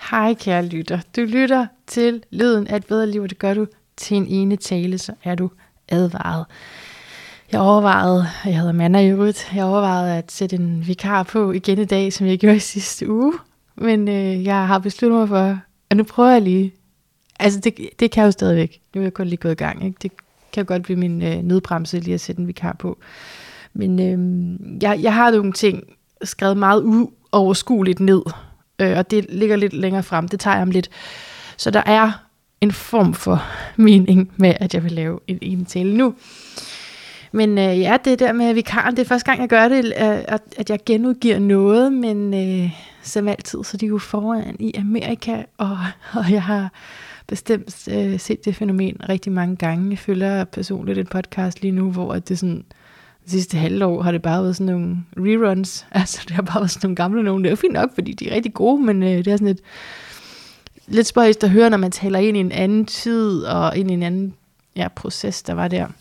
Hej kære lytter. Du lytter til Lyden af et bedre liv, og det gør du til en ene tale, så er du advaret. Jeg hedder Manna i øvrigt, jeg overvejede at sætte en vikar på igen i dag, som jeg gjorde i sidste uge. Men jeg har besluttet mig for, og nu prøver jeg lige. Altså det kan jeg jo stadigvæk. Nu er jeg kun lige gået i gang. Ikke? Det kan jo godt blive min nødbremse lige at sætte en vikar på. Men jeg har nogle ting skrevet meget uoverskueligt ned. Og det ligger lidt længere frem. Det tager jeg om lidt. Så der er en form for mening med, at jeg vil lave en tale nu. Men det der med vikaren, det er første gang, jeg gør det, at jeg genudgiver noget, men som altid, så er de jo foran i Amerika, og jeg har bestemt set det fænomen rigtig mange gange. Jeg følger personligt en podcast lige nu, hvor det sådan, det sidste halvår har det bare været sådan nogle reruns, altså det har bare været sådan nogle gamle nogen, det er jo fint nok, fordi de er rigtig gode, men det er sådan lidt spøjst at høre, når man taler ind i en anden tid, og ind i en anden proces, der var der.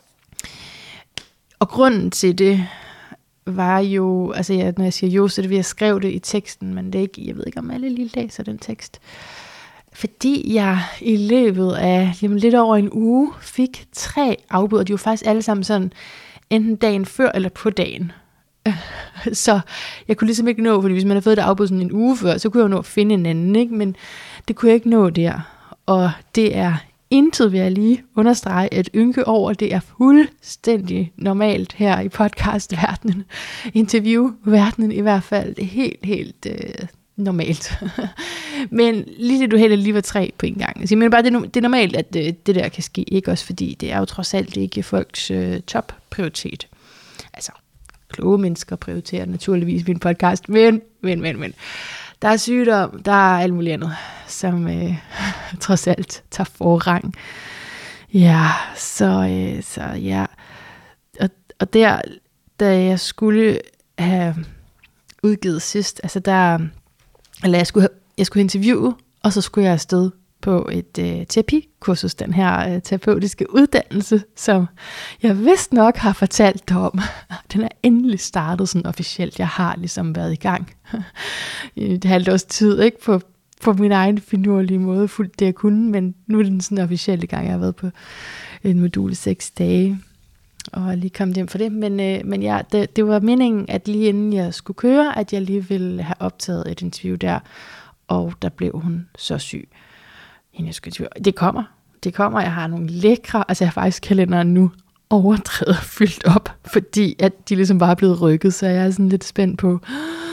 Og grunden til det var jo, altså når jeg siger jo, så det vil jeg skrive det i teksten, men det er ikke, jeg ved ikke om alle lige læser den tekst. Fordi jeg i løbet af lidt over en uge fik 3 afbud, og de var faktisk alle sammen sådan, enten dagen før eller på dagen. Så jeg kunne ligesom ikke nå, fordi hvis man havde fået det afbud sådan en uge før, så kunne jeg jo nå at finde en anden, ikke? Men det kunne jeg ikke nå der. Og det er intet, vil jeg lige understrege, at ynke over, det er fuldstændig normalt her i podcastverdenen, interviewverdenen i hvert fald. Det er helt normalt. Men lige det, du heller lige var 3 på en gang. Altså, men bare det er normalt, at det der kan ske, ikke også, fordi det er jo trods alt ikke folks top-prioritet. Altså, kloge mennesker prioriterer naturligvis min podcast, men. Der er sygdom, der er alt muligt andet, som trods alt tager forrang. Ja, så ja. Og der, da jeg skulle have udgivet sidst, altså jeg skulle interviewe, og så skulle jeg afsted på et terapikursus, den her terapeutiske uddannelse, som jeg vist nok har fortalt dig om. Den er endelig startet sådan officielt. Jeg har ligesom været i gang i et halvt års tid, ikke på min egen finurlige måde, fuldt det jeg kunne, men nu er den sådan officielt i gang. Jeg har været på en modul 6 dage, og lige kommet hjem for det. Men ja, det var meningen, at lige inden jeg skulle køre, at jeg lige ville have optaget et interview der, og der blev hun så syg. Det kommer, jeg har nogle lækre, altså jeg har faktisk kalenderen nu overdrevet fyldt op, fordi at de ligesom bare er blevet rykket, så jeg er sådan lidt spændt på,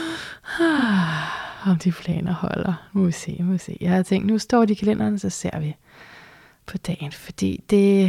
om de planer holder. Må vi se. Jeg har tænkt, nu står de i kalenderen, så ser vi på dagen, fordi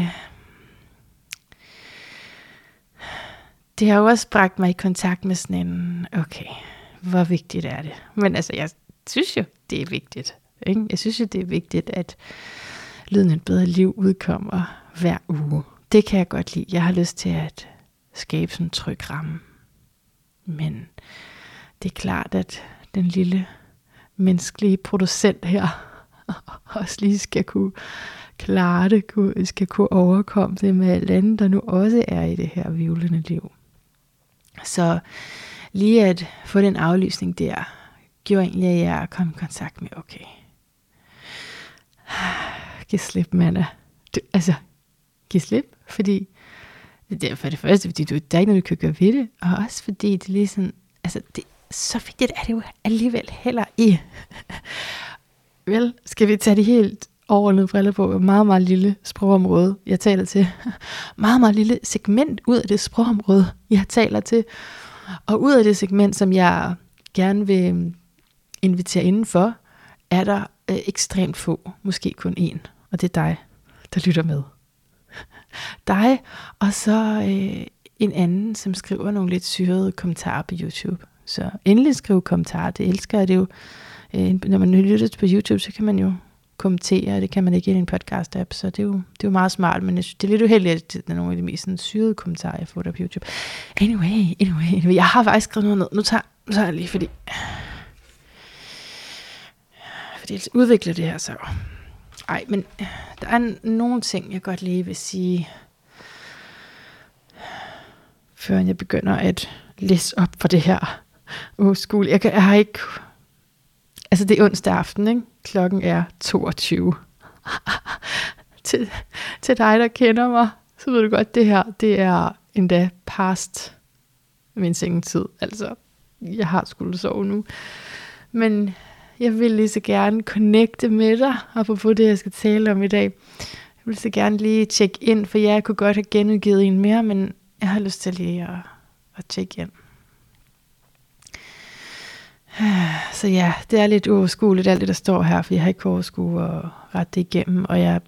det har jo også bragt mig i kontakt med sådan en, okay, hvor vigtigt er det? Men altså, jeg synes jo, det er vigtigt. Ikke? Jeg synes jo, det er vigtigt, at Lyden af et bedre liv udkommer hver uge. Det kan jeg godt lide. Jeg har lyst til at skabe sådan en tryg ramme. Men det er klart, at den lille menneskelige producent her også lige skal kunne klare det, skal kunne overkomme det med alt andet, der nu også er i det her hvirvlende liv. Så lige at få den aflysning der, gjorde egentlig, at jeg kom i kontakt med, okay, giv slip, Manna. Giv slip, fordi det er for det første, fordi der er ikke noget, du kan gøre ved det, og også fordi det er lige sådan, altså det, så vigtigt er det jo alligevel heller i. Vel, skal vi tage de helt overordnede briller på, et meget, meget lille sprogområde, jeg taler til. Meget, meget lille segment ud af det sprogområde, jeg taler til. Og ud af det segment, som jeg gerne vil invitere indenfor, er der ekstremt få, måske kun én, og det er dig, der lytter med. Dig, og så en anden, som skriver nogle lidt syrede kommentarer på YouTube. Så endelig skriv kommentarer, det elsker jeg det jo. Når man lytter på YouTube, så kan man jo kommentere, og det kan man ikke i en podcast-app, så det er jo meget smart, men jeg synes, det er lidt uheldigt, at det er nogle af de mest sådan, syrede kommentarer, jeg får der på YouTube. Anyway, jeg har faktisk skrevet noget ned. Nu tager jeg lige, fordi jeg udvikler det her så. Ej, men der er nogle ting, jeg godt lige vil sige, før jeg begynder at læse op for det her. Jeg har ikke Altså det er onsdag aften, ikke? Klokken er 22. til dig, der kender mig, så ved du godt, det her, det er endda past min sengetid. Altså, jeg har skulle sove nu. Men jeg vil lige så gerne connecte med dig, apropos det, jeg skal tale om i dag. Jeg vil så gerne lige tjekke ind, for jeg kunne godt have genudgivet en mere, men jeg har lyst til lige at tjekke ind. Så ja, det er lidt uoverskueligt, alt det, der står her, for jeg har ikke overskue at rette det igennem, og jeg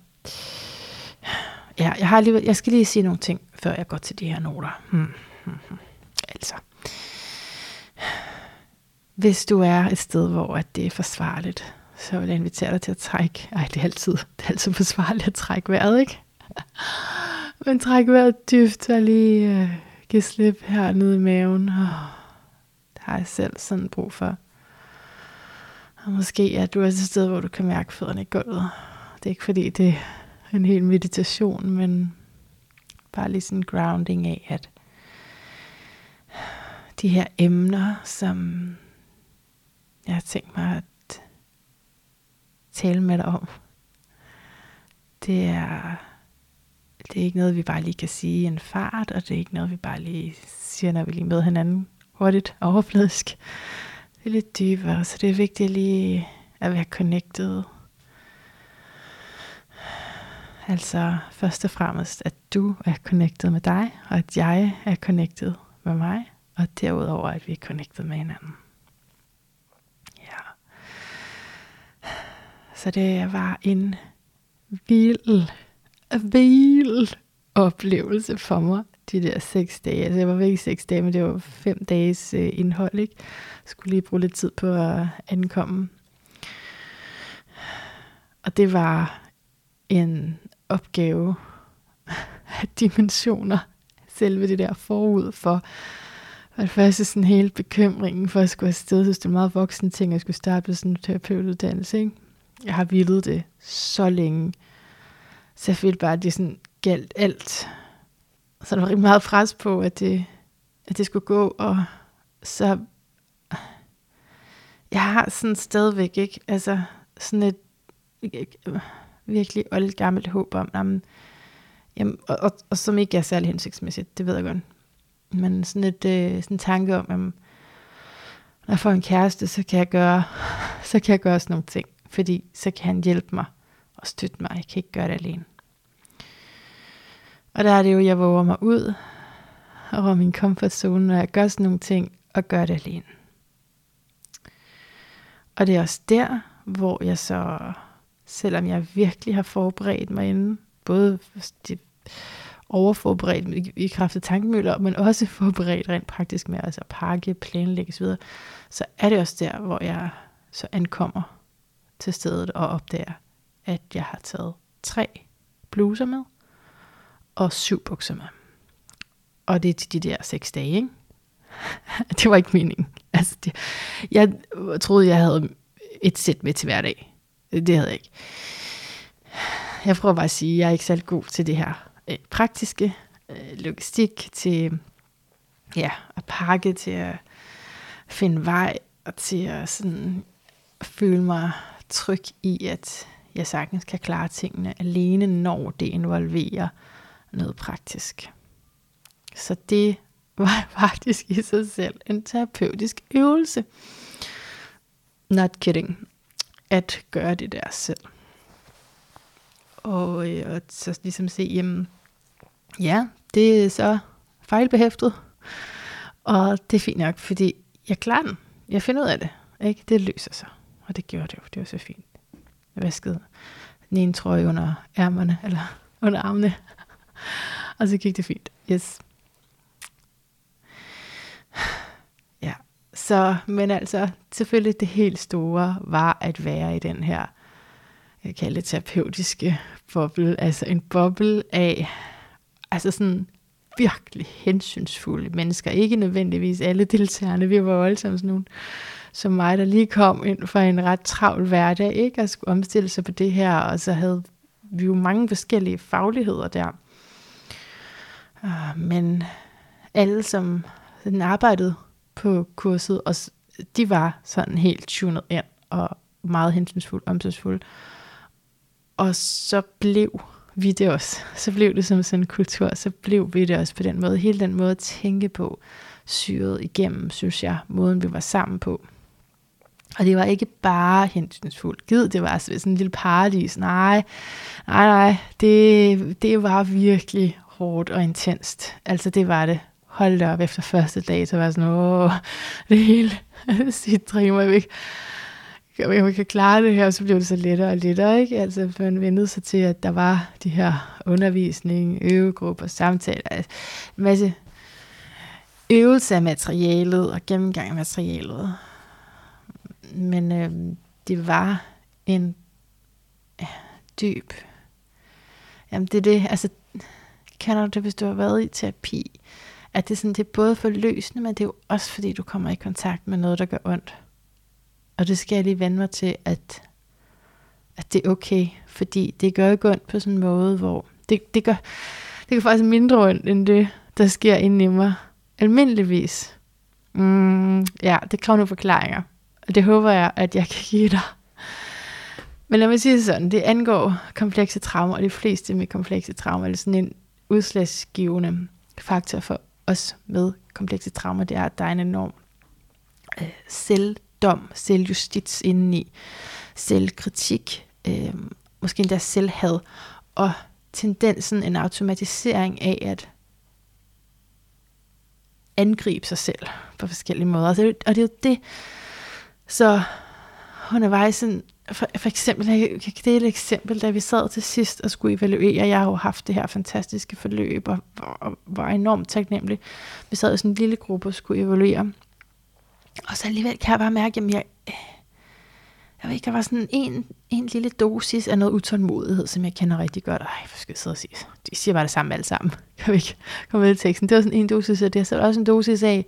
skal lige sige nogle ting, før jeg går til de her noter. Altså, hvis du er et sted, hvor at det er forsvarligt, så vil jeg invitere dig til at trække. Det er altid forsvarligt at trække vejret, ikke? Men træk vejret dybt og lige give slip hernede i maven. Det har jeg selv sådan brug for. Og måske er du også et sted, hvor du kan mærke fødderne i gulvet. Det er ikke fordi, det er en hel meditation, men bare lige sådan en grounding af, at de her emner, som jeg har tænkt mig at tale med dig om, det er ikke noget, vi bare lige kan sige i en fart, og det er ikke noget, vi bare lige siger, når vi lige møder hinanden hurtigt og overfladisk. Det er lidt dybere, så det er vigtigt lige at være connected. Altså først og fremmest, at du er connected med dig, og at jeg er connected med mig, og derudover, at vi er connected med hinanden. Ja. Så det var en vild oplevelse for mig, de der 6 dage. Altså jeg var væk i 6 dage, men det var 5 dages indhold, ikke? Jeg skulle lige bruge lidt tid på at ankomme. Og det var en opgave af dimensioner, selve det der forud for det første sådan hele bekymringen for at skulle afsted. Så det er en meget voksen ting, at jeg skulle starte på sådan en terapeutuddannelse, ikke? Jeg har villet det så længe, så jeg følte bare, at det sådan galt alt. Så der var rigtig meget pres på, at det skulle gå, og så jeg har sådan stadigvæk, ikke? Altså sådan et virkelig oldgammelt håb om, jamen, og som ikke er særlig hensigtsmæssigt, det ved jeg godt. Men sådan en tanke om, at når jeg får en kæreste, så kan jeg gøre sådan nogle ting, fordi så kan han hjælpe mig og støtte mig. Jeg kan ikke gøre det alene. Og der er det jo, jeg våger mig ud over min comfort zone, når jeg gør sådan nogle ting og gør det alene. Og det er også der, hvor jeg så, selvom jeg virkelig har forberedt mig inden, både overforberedt i kraft af tankemøller, men også forberedt rent praktisk med altså pakke, planlægge osv., så er det også der, hvor jeg så ankommer til stedet og opdager, at jeg har taget 3 bluser med og 7 bukser med. Og det er til de der 6 dage, ikke? Det var ikke meningen. Altså jeg troede, jeg havde et sæt med til hver dag. Det havde jeg ikke. Jeg prøver bare at sige, at jeg er ikke særlig god til det her praktiske logistik, til at pakke, til at finde vej, og til at sådan føle mig tryg i, at jeg sagtens kan klare tingene alene, når det involverer noget praktisk. Så det var faktisk i sig selv en terapeutisk øvelse. Not kidding. At gøre det der selv. Og så ligesom se, jamen, ja, det er så fejlbehæftet. Og det er fint nok, fordi jeg klarer den. Jeg finder ud af det. Ikke? Det løser sig. Og det gjorde det jo. Det var så fint. Jeg vaskede den ene trøje under ærmerne, eller under armene. Og så gik det fint. Yes. Ja. Så, men altså, selvfølgelig det helt store var at være i den her, jeg kalder det terapeutiske boble, altså en boble af, altså sådan virkelig hensynsfulde mennesker, ikke nødvendigvis alle deltagerne, vi var jo alle sammen sådan nogle, som mig, der lige kom ind fra en ret travl hverdag, ikke, og skulle omstille sig på det her, og så havde vi jo mange forskellige fagligheder der. Men alle, som arbejdede på kurset, og de var sådan helt tunet ind, og meget hensynsfuld, omsorgsfuld. Og så blev vi det også. Så blev det som sådan en kultur, så blev vi det også på den måde. Hele den måde at tænke på, syret igennem, synes jeg, måden vi var sammen på. Og det var ikke bare hensynsfuldt. Gid, det var sådan en lille paradis. Nej, det var virkelig hårdt og intenst. Altså det var det. Hold da op, efter første dag, så var jeg sådan, det hele sidder jeg kan klare det her, og så blev det så lettere og lettere, ikke? Altså, man vendte sig til, at der var de her undervisning, øvegrupper, samtaler, altså, en masse øvelse af materialet og gennemgang af materialet. Men det var en dyb, jamen det er det, altså, kender du det, hvis du har været i terapi, at det er både forløsende, men det er jo også fordi, du kommer i kontakt med noget, der gør ondt. Og det skal jeg lige vende mig til, at det er okay, fordi det gør ikke ondt på sådan en måde, hvor det gør faktisk mindre ondt, end det, der sker inde i mig. Almindeligvis. Ja, det kræver nogle forklaringer, og det håber jeg, at jeg kan give dig. Men lad mig sige det sådan, det angår komplekse traumer, og de fleste med komplekse traumer, eller sådan en udslagsgivende faktor for os med komplekse traumer, det er, at der er en enorm selvjustits indeni, selvkritik, måske endda selvhad, og tendensen, en automatisering af at angribe sig selv på forskellige måder. Og det er jo det, så undervejs, sådan, for eksempel, jeg kan dele et eksempel, da vi sad til sidst og skulle evaluere, jeg har jo haft det her fantastiske forløb, og var enormt taknemmelig. Vi sad i sådan en lille gruppe og skulle evaluere, og så alligevel kan jeg bare mærke, at jeg ved ikke, der var sådan en lille dosis af noget utålmodighed, som jeg kender rigtig godt. Hvor skal jeg sidde og sige? De siger bare det samme alle sammen. Kan vi ikke komme med i teksten? Det var sådan en dosis af det, så var også en dosis af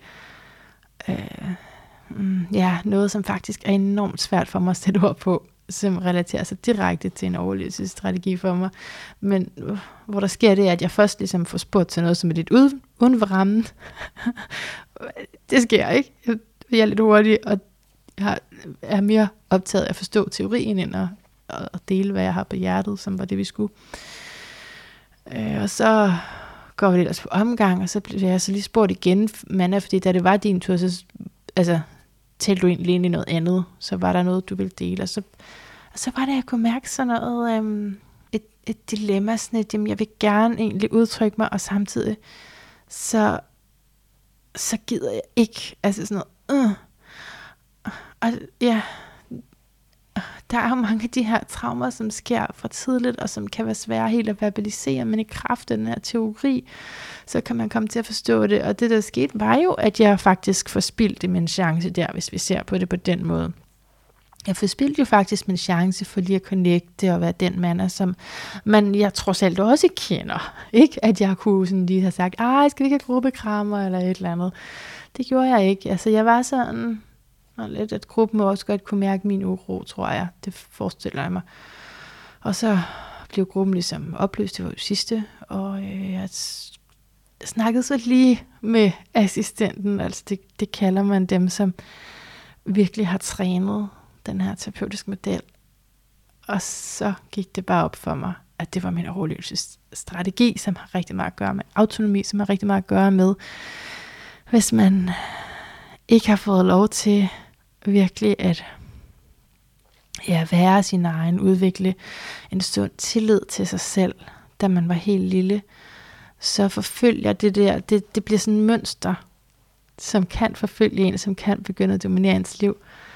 noget, som faktisk er enormt svært for mig at sætte ord på, som relaterer sig direkte til en overlevelsesstrategi for mig. Men hvor der sker det, at jeg først ligesom får spurgt til noget, som er lidt uden for rammen. Det sker ikke. Jeg er lidt hurtig, og jeg er mere optaget af at forstå teorien, end at dele, hvad jeg har på hjertet, som var det, vi skulle. Og så går vi ellers på omgang, og så bliver jeg så lige spurgt igen, Manna, fordi da det var din tur, så talte du egentlig ind i noget andet, så var der noget, du ville dele, og så var det, jeg kunne mærke sådan noget, et dilemma, sådan et, jamen, jeg vil gerne egentlig udtrykke mig, og samtidig så gider jeg ikke, altså sådan noget, og ja, der er jo mange af de her traumer, som sker for tidligt, og som kan være svære helt at verbalisere, men i kraft af den her teori, så kan man komme til at forstå det, og det der skete var jo, at jeg faktisk forspildte min chance der, hvis vi ser på det på den måde. Jeg forspildte jo faktisk min chance for lige at connecte og være den mand, som jeg trods alt også kender. Ikke at jeg kunne sådan lige have sagt, skal vi ikke have gruppekrammer eller et eller andet. Det gjorde jeg ikke. Altså jeg var sådan, og lidt at gruppen også godt kunne mærke min uro, tror jeg. Det forestiller jeg mig. Og så blev gruppen ligesom opløst, det var jo sidste, og jeg snakkede så lige med assistenten, altså det kalder man dem, som virkelig har trænet den her terapeutiske model. Og så gik det bare op for mig, at det var min overlevelsesstrategi, som har rigtig meget at gøre med autonomi, som har rigtig meget at gøre med, hvis man ikke har fået lov til virkelig at være sin egen, udvikle en sund tillid til sig selv, da man var helt lille, så forfølger det der, det bliver sådan et mønster, som kan forfølge en, som kan begynde at dominere ens liv.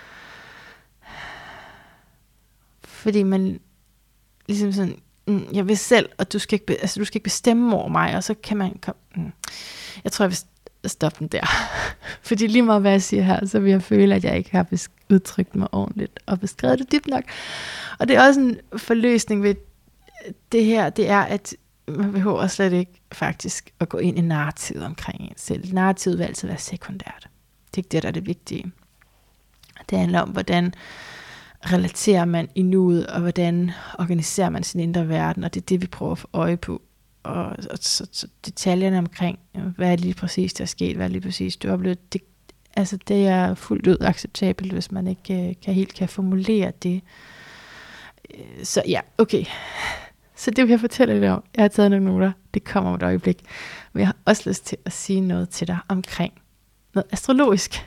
Fordi man ligesom sådan, jeg vil selv, og du skal ikke bestemme over mig, og så kan man jeg tror, jeg vil stoppe den der. Fordi lige meget hvad jeg siger her, så vil jeg føle, at jeg ikke har udtrykt mig ordentligt, og beskrevet det dybt nok. Og det er også en forløsning ved det her, det er, at man behøver slet ikke faktisk at gå ind i narrativet omkring en selv. Narrativet vil altid være sekundært. Det er ikke det, der er det vigtige. Det handler om, hvordan relaterer man i nuet, og hvordan organiserer man sin indre verden, og det er det, vi prøver at få øje på. Og så detaljerne omkring, hvad er lige præcis, der er sket, hvad er lige præcis, du har oplevet, det Altså det er fuldt ud acceptabelt, hvis man ikke kan formulere det. Så ja, okay. Så det vil jeg fortælle lidt om. Jeg har taget nogle noter. Det kommer om et øjeblik. Men jeg har også lyst til at sige noget til dig omkring noget astrologisk.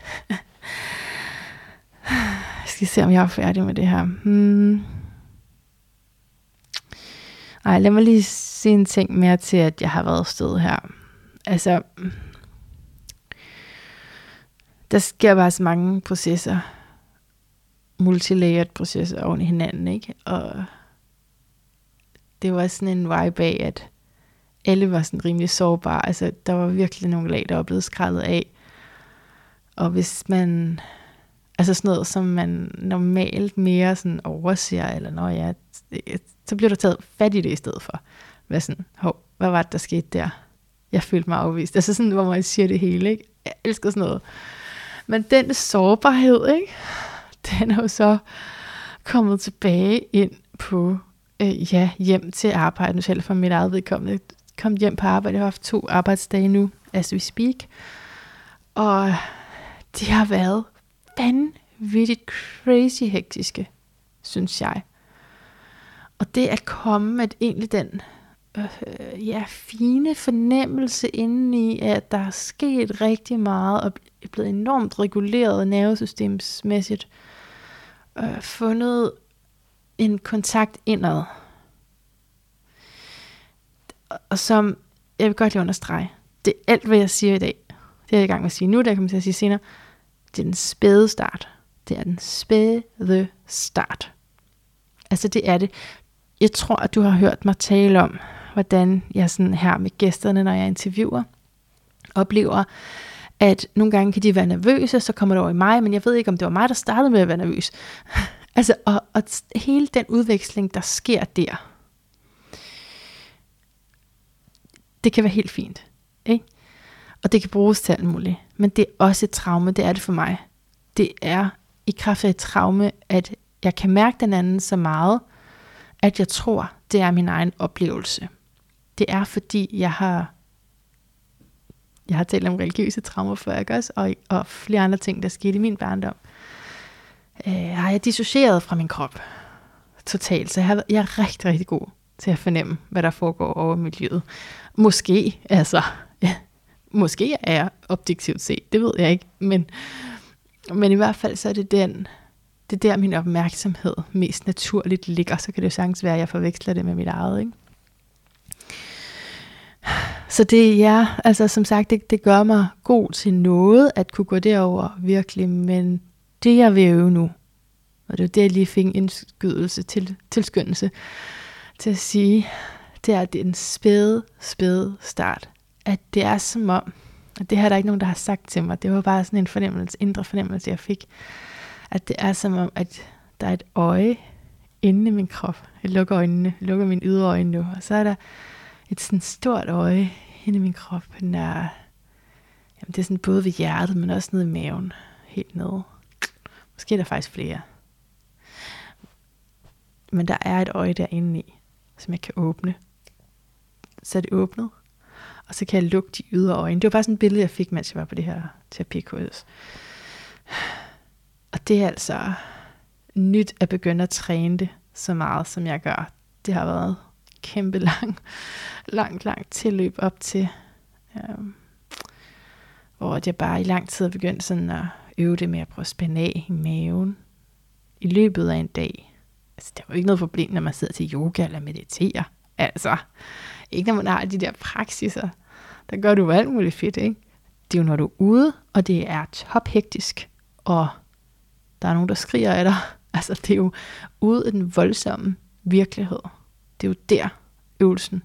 Jeg skal se, om jeg er færdig med det her. Ej, lad mig lige sige en ting mere til, at jeg har været afsted her. Altså, der sker bare så mange processer. Multilayered processer oven i hinanden, ikke? Og det var sådan en vibe af, at alle var sådan rimelig sårbare. Altså, der var virkelig nogle lag, der var blevet skrællet af. Og hvis man, altså sådan noget, som man normalt mere sådan overser, eller så bliver der taget fat i det i stedet for. Hvad sådan, hvad var det, der skete der? Jeg følte mig afvist. Altså sådan, hvor man siger det hele, ikke? Jeg elsker sådan noget. Men den sårbarhed, ikke? Den er jo så kommet tilbage ind på, hjem til arbejde. Nu selv for mit eget vedkommende. Kom hjem på arbejde. Jeg har haft 2 arbejdsdage nu, as we speak. Og de har været vanvittigt crazy hektiske, synes jeg. Og det at komme med egentlig den fine fornemmelse indeni, at der er sket rigtig meget, og er blevet enormt reguleret nervesystemsmæssigt, fundet en kontakt indad. Og som, jeg vil godt lige understrege, det er alt, hvad jeg siger i dag. Det er jeg i gang med at sige nu, det kommer jeg til at sige senere. Det er den spæde start. Det er den spæde start. Altså det er det. Jeg tror, at du har hørt mig tale om, hvordan jeg sådan her med gæsterne, når jeg interviewer, oplever, at nogle gange kan de være nervøse, så kommer det over i mig, men jeg ved ikke, om det var mig, der startede med at være nervøs. Altså, og hele den udveksling, der sker der, det kan være helt fint, ikke? Og det kan bruges til alt muligt. Men det er også et traume, det er det for mig. Det er i kraft af et traume, at jeg kan mærke den anden så meget, at jeg tror, det er min egen oplevelse. Det er fordi, jeg har talt om religiøse traumer før, ikke også? Og flere andre ting, der skete i min barndom. Har jeg dissocieret fra min krop totalt, så jeg er rigtig, rigtig god til at fornemme, hvad der foregår over miljøet. Måske er jeg objektivt set, det ved jeg ikke, men i hvert fald så er det der min opmærksomhed mest naturligt ligger, så kan det jo sagtens være, at jeg forveksler det med mit eget, ikke? Så det er, altså som sagt, det gør mig god til noget, at kunne gå derover virkelig, men det jeg vil øve nu, og det er det, jeg lige fik en indskydelse tilskyndelse til at sige, det er den spæde start. At det er som om, og det har der ikke nogen, der har sagt til mig, det var bare sådan en indre fornemmelse, jeg fik, at det er som om, at der er et øje inde i min krop. Jeg lukker mine ydre øjne nu, og så er der et sådan stort øje inde i min krop. Jamen, det er sådan både ved hjertet, men også nede i maven. Helt nede. Måske er der faktisk flere. Men der er et øje derinde i, som jeg kan åbne. Så er det åbnet. Og så kan jeg lukke de ydre øjne. Det var bare sådan et billede, jeg fik, mens jeg var på det her terapikursus. Og det er altså nyt at begynde at træne det så meget, som jeg gør. Det har været kæmpe langt tilløb op til, hvor jeg bare i lang tid har begyndt sådan at øve det med at prøve at spænde af i maven i løbet af en dag. Altså, der er jo ikke noget problem, når man sidder til yoga eller mediterer. Altså, ikke når man har de der praksiser, der gør du alt muligt fedt, ikke? Det er jo, når du er ude, og det er tophektisk, og der er nogen, der skriger af dig. Altså, det er jo ude i den voldsomme virkelighed. Det er jo der, øvelsen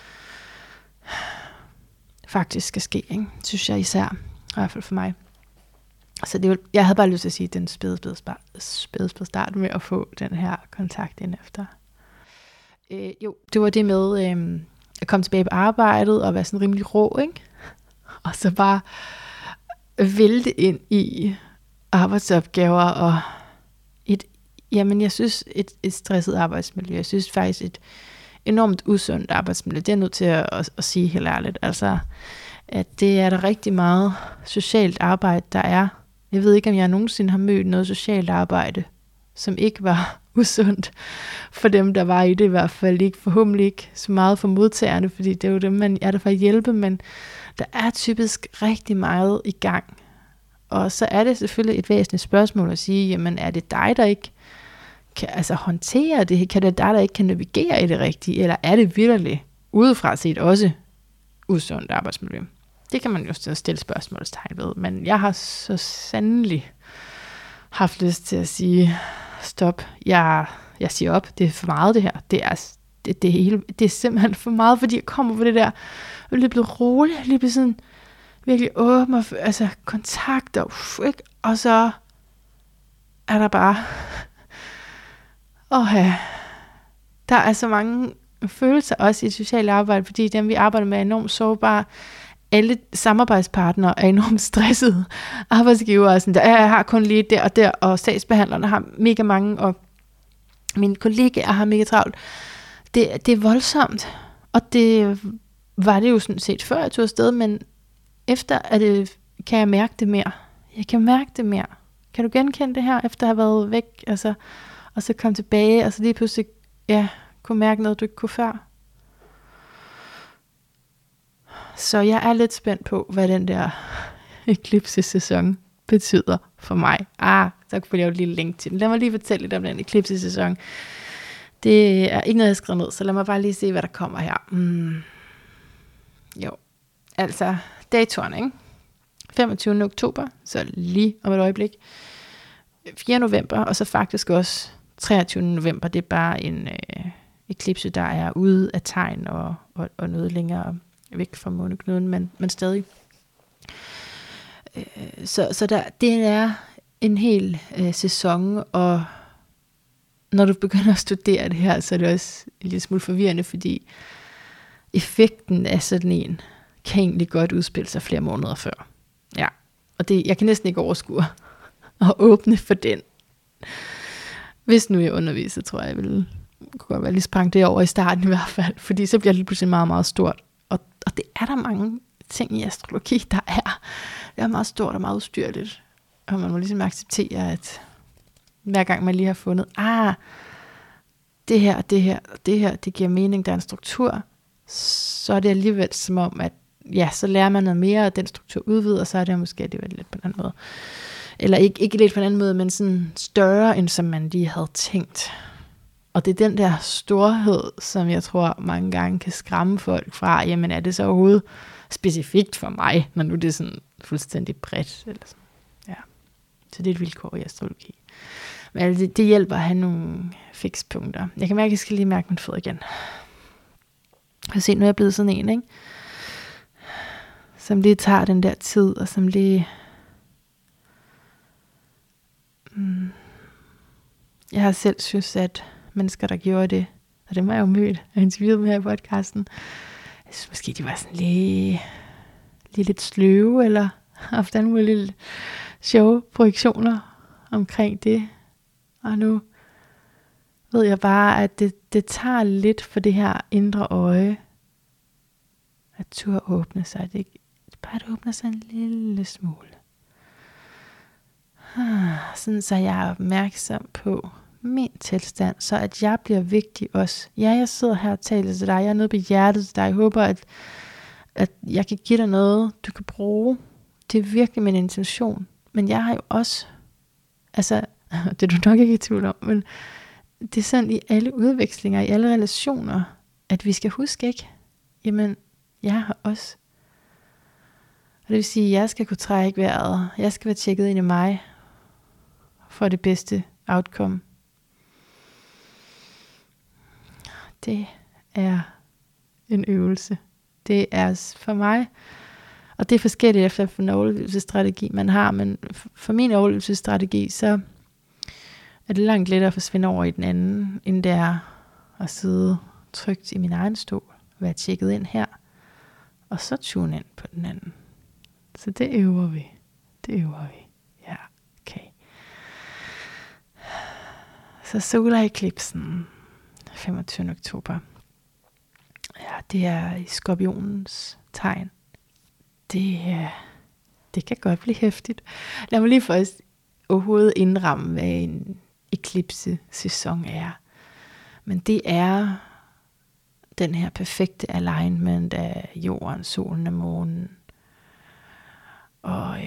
faktisk skal ske, ikke? Synes jeg især, i hvert fald for mig. Så det er jo, jeg havde bare lyst til at sige, den spæde start med at få den her kontakt ind efter. Det var det med at komme tilbage på arbejdet og være sådan rimelig rå, ikke? Og så bare vælte ind i arbejdsopgaver og jeg synes et stresset arbejdsmiljø. Jeg synes faktisk et enormt usundt arbejdsmiljø. Det er jeg nødt til at sige helt ærligt. Altså, at det er der rigtig meget socialt arbejde, der er Jeg ved ikke, om jeg nogensinde har mødt noget socialt arbejde, som ikke var usundt for dem, der var i det, i hvert fald ikke, forhåbentlig ikke så meget for modtagerne, fordi det er jo dem, man er der for at hjælpe, men der er typisk rigtig meget i gang. Og så er det selvfølgelig et væsentligt spørgsmål at sige, jamen er det dig, der ikke kan håndtere det? Kan det dig, der ikke kan navigere i det rigtige? Eller er det vitterligt udefra set også usundt arbejdsmiljø? Det kan man jo stille spørgsmålstegn ved, men jeg har så sandelig haft lyst til at sige, stop, jeg siger op, det er for meget det her, det er simpelthen for meget, fordi jeg kommer på det der, og lige blevet rolig, lige blevet sådan, virkelig åben, og, kontakt, ikke? Og så er der bare, der er så mange følelser også i et socialt arbejde, fordi dem vi arbejder med er enormt sårbare. Alle samarbejdspartnere er enormt stressede. Arbejdsgivere er sådan, jeg har kun lige der og der, og sagsbehandlerne har mega mange, og mine kollegaer har mega travlt. Det er voldsomt, og det var det jo sådan set før jeg tog afsted, men efter kan jeg mærke det mere. Jeg kan mærke det mere. Kan du genkende det her, efter at have været væk, og så komme tilbage, og så lige pludselig, kunne mærke noget, du ikke kunne før? Så jeg er lidt spændt på, hvad den der Eclipse-sæson betyder for mig. Så kunne jeg jo et lille link til den. Lad mig lige fortælle lidt om den Eclipse-sæson. Det er ikke noget, jeg har skrevet ned, så lad mig bare lige se, hvad der kommer her. Jo, altså datoren, ikke? 25. oktober, så lige om et øjeblik. 4. november, og så faktisk også 23. november. Det er bare en eklipse, der er ude af tegn og noget længere væk fra måneknuden, men stadig. Så det er en hel sæson, og når du begynder at studere det her, så er det også en lille smule forvirrende, fordi effekten af sådan en kan egentlig godt udspille sig flere måneder før. Ja, og jeg kan næsten ikke overskue at åbne for den. Hvis nu jeg underviser, tror jeg ville kunne godt være lige sprang det over i starten i hvert fald, fordi så bliver det pludselig meget, meget stort. Og det er der mange ting i astrologi, der er. Det er meget stort og meget udstyrligt. Og man må ligesom acceptere, at hver gang man lige har fundet, det her, det giver mening, der er en struktur, så er det alligevel som om, at så lærer man noget mere, og den struktur udvider, så er det måske alligevel lidt på en anden måde. Eller ikke lidt på en anden måde, men sådan større, end som man lige havde tænkt. Og det er den der storhed, som jeg tror mange gange kan skræmme folk fra, jamen er det så overhovedet specifikt for mig, når nu det er sådan fuldstændig bredt. Eller sådan. Ja. Så det er et vilkår i astrologi. Men altså, det hjælper at have nogle fikspunkter. Jeg kan mærke, at jeg skal lige mærke min fod igen. Jeg kan se, nu er jeg blevet sådan en, ikke? Som lige tager den der tid, og som lige... Jeg har selv synes, at mennesker, der gjorde det, og dem har jeg jo mødt og interviewet med her i podcasten, jeg synes måske, de var sådan lige lidt sløve, eller haft alle mulige sjove projektioner omkring det. Og nu ved jeg bare, at det tager lidt for det her indre øje, at turde åbne sig. Det bare at åbne sig en lille smule. Sådan så jeg er opmærksom på min tilstand, så at jeg bliver vigtig også. Ja, jeg sidder her og taler til dig, jeg er nede på hjertet til dig, jeg håber, at jeg kan give dig noget, du kan bruge. Det er virkelig min intention. Men jeg har jo også, det er du nok ikke i tvivl om, men det er sådan i alle udvekslinger, i alle relationer, at vi skal huske, ikke? Jamen, jeg har også. Og det vil sige, at jeg skal kunne trække vejret, jeg skal være tjekket ind i mig, for det bedste outcome. Det er en øvelse. Det er for mig, og det er forskelligt efter for en overlevelsesstrategi man har, men for min overlevelsesstrategi, så er det langt lettere at forsvinde over i den anden, end det er at sidde trygt i min egen stol, være tjekket ind her, og så tune ind på den anden. Så det øver vi. Ja, okay. Så solar-eklipsen 25. oktober. Ja, det er i skorpionens tegn. Det det kan godt blive hæftigt. Lad mig lige først overhovedet indramme, hvad en eklipse-sæson er. Men det er den her perfekte alignment af jorden, solen og månen. Og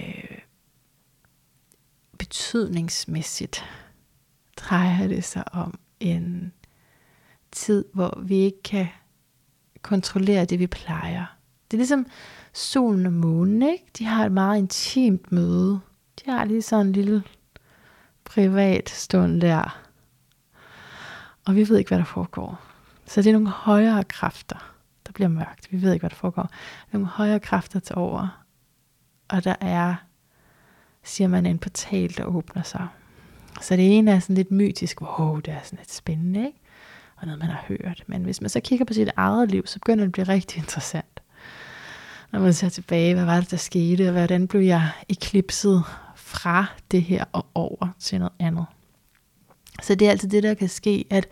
betydningsmæssigt drejer det sig om en tid, hvor vi ikke kan kontrollere det, vi plejer. Det er ligesom solen og månen, ikke? De har et meget intimt møde. De har lige sådan en lille privat stund der. Og vi ved ikke, hvad der foregår. Så det er nogle højere kræfter. Der bliver mørkt. Vi ved ikke, hvad der foregår. Nogle højere kræfter til over. Og der er, siger man, en portal, der åbner sig. Så det ene er sådan lidt mytisk. Wow, det er sådan lidt spændende, ikke? Og noget, man har hørt. Men hvis man så kigger på sit eget liv, så begynder det at blive rigtig interessant. Når man ser tilbage, hvad var det, der skete, og hvordan blev jeg eklipset fra det her og over til noget andet. Så det er altid det, der kan ske, at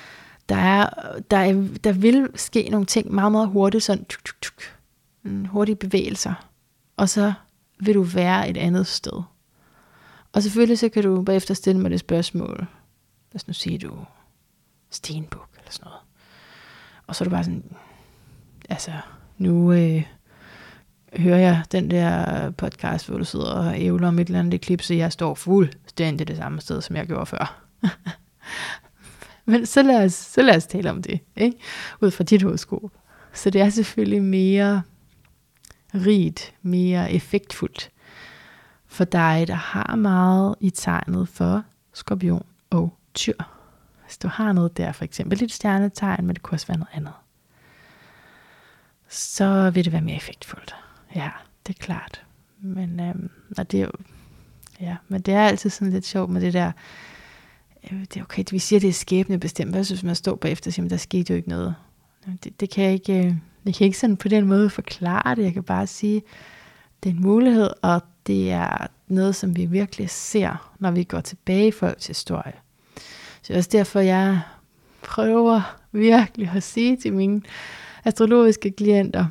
der vil ske nogle ting meget, meget hurtigt, sådan hurtige bevægelser, og så vil du være et andet sted. Og selvfølgelig så kan du bagefter stille mig det spørgsmål, lad os nu sige, du stenbuk eller sådan noget. Og så er du bare sådan, altså nu hører jeg den der podcast, hvor du sidder og ævler om et eller andet eklipse, jeg står fuldstændig det samme sted, som jeg gjorde før. Men så lad os tale om det, ikke? Ud fra dit horoskop. Så det er selvfølgelig mere rigt, mere effektfuldt for dig, der har meget i tegnet for skorpion og tyr. Hvis du har noget der, for eksempel et stjernetegn, men det kunne også være noget andet, så vil det være mere effektfuldt. Ja, det er klart. Men det er jo, ja, men det er altid sådan lidt sjovt med det der. Det er okay, vi siger, det er skæbnebestemt. Hvad synes man står bagefter og siger, der skete jo ikke noget. Det kan jeg ikke sådan på den måde forklare det. Jeg kan bare sige, det er en mulighed, og det er noget, som vi virkelig ser, når vi går tilbage i folks historie. Så det er også derfor, jeg prøver virkelig at sige til mine astrologiske klienter,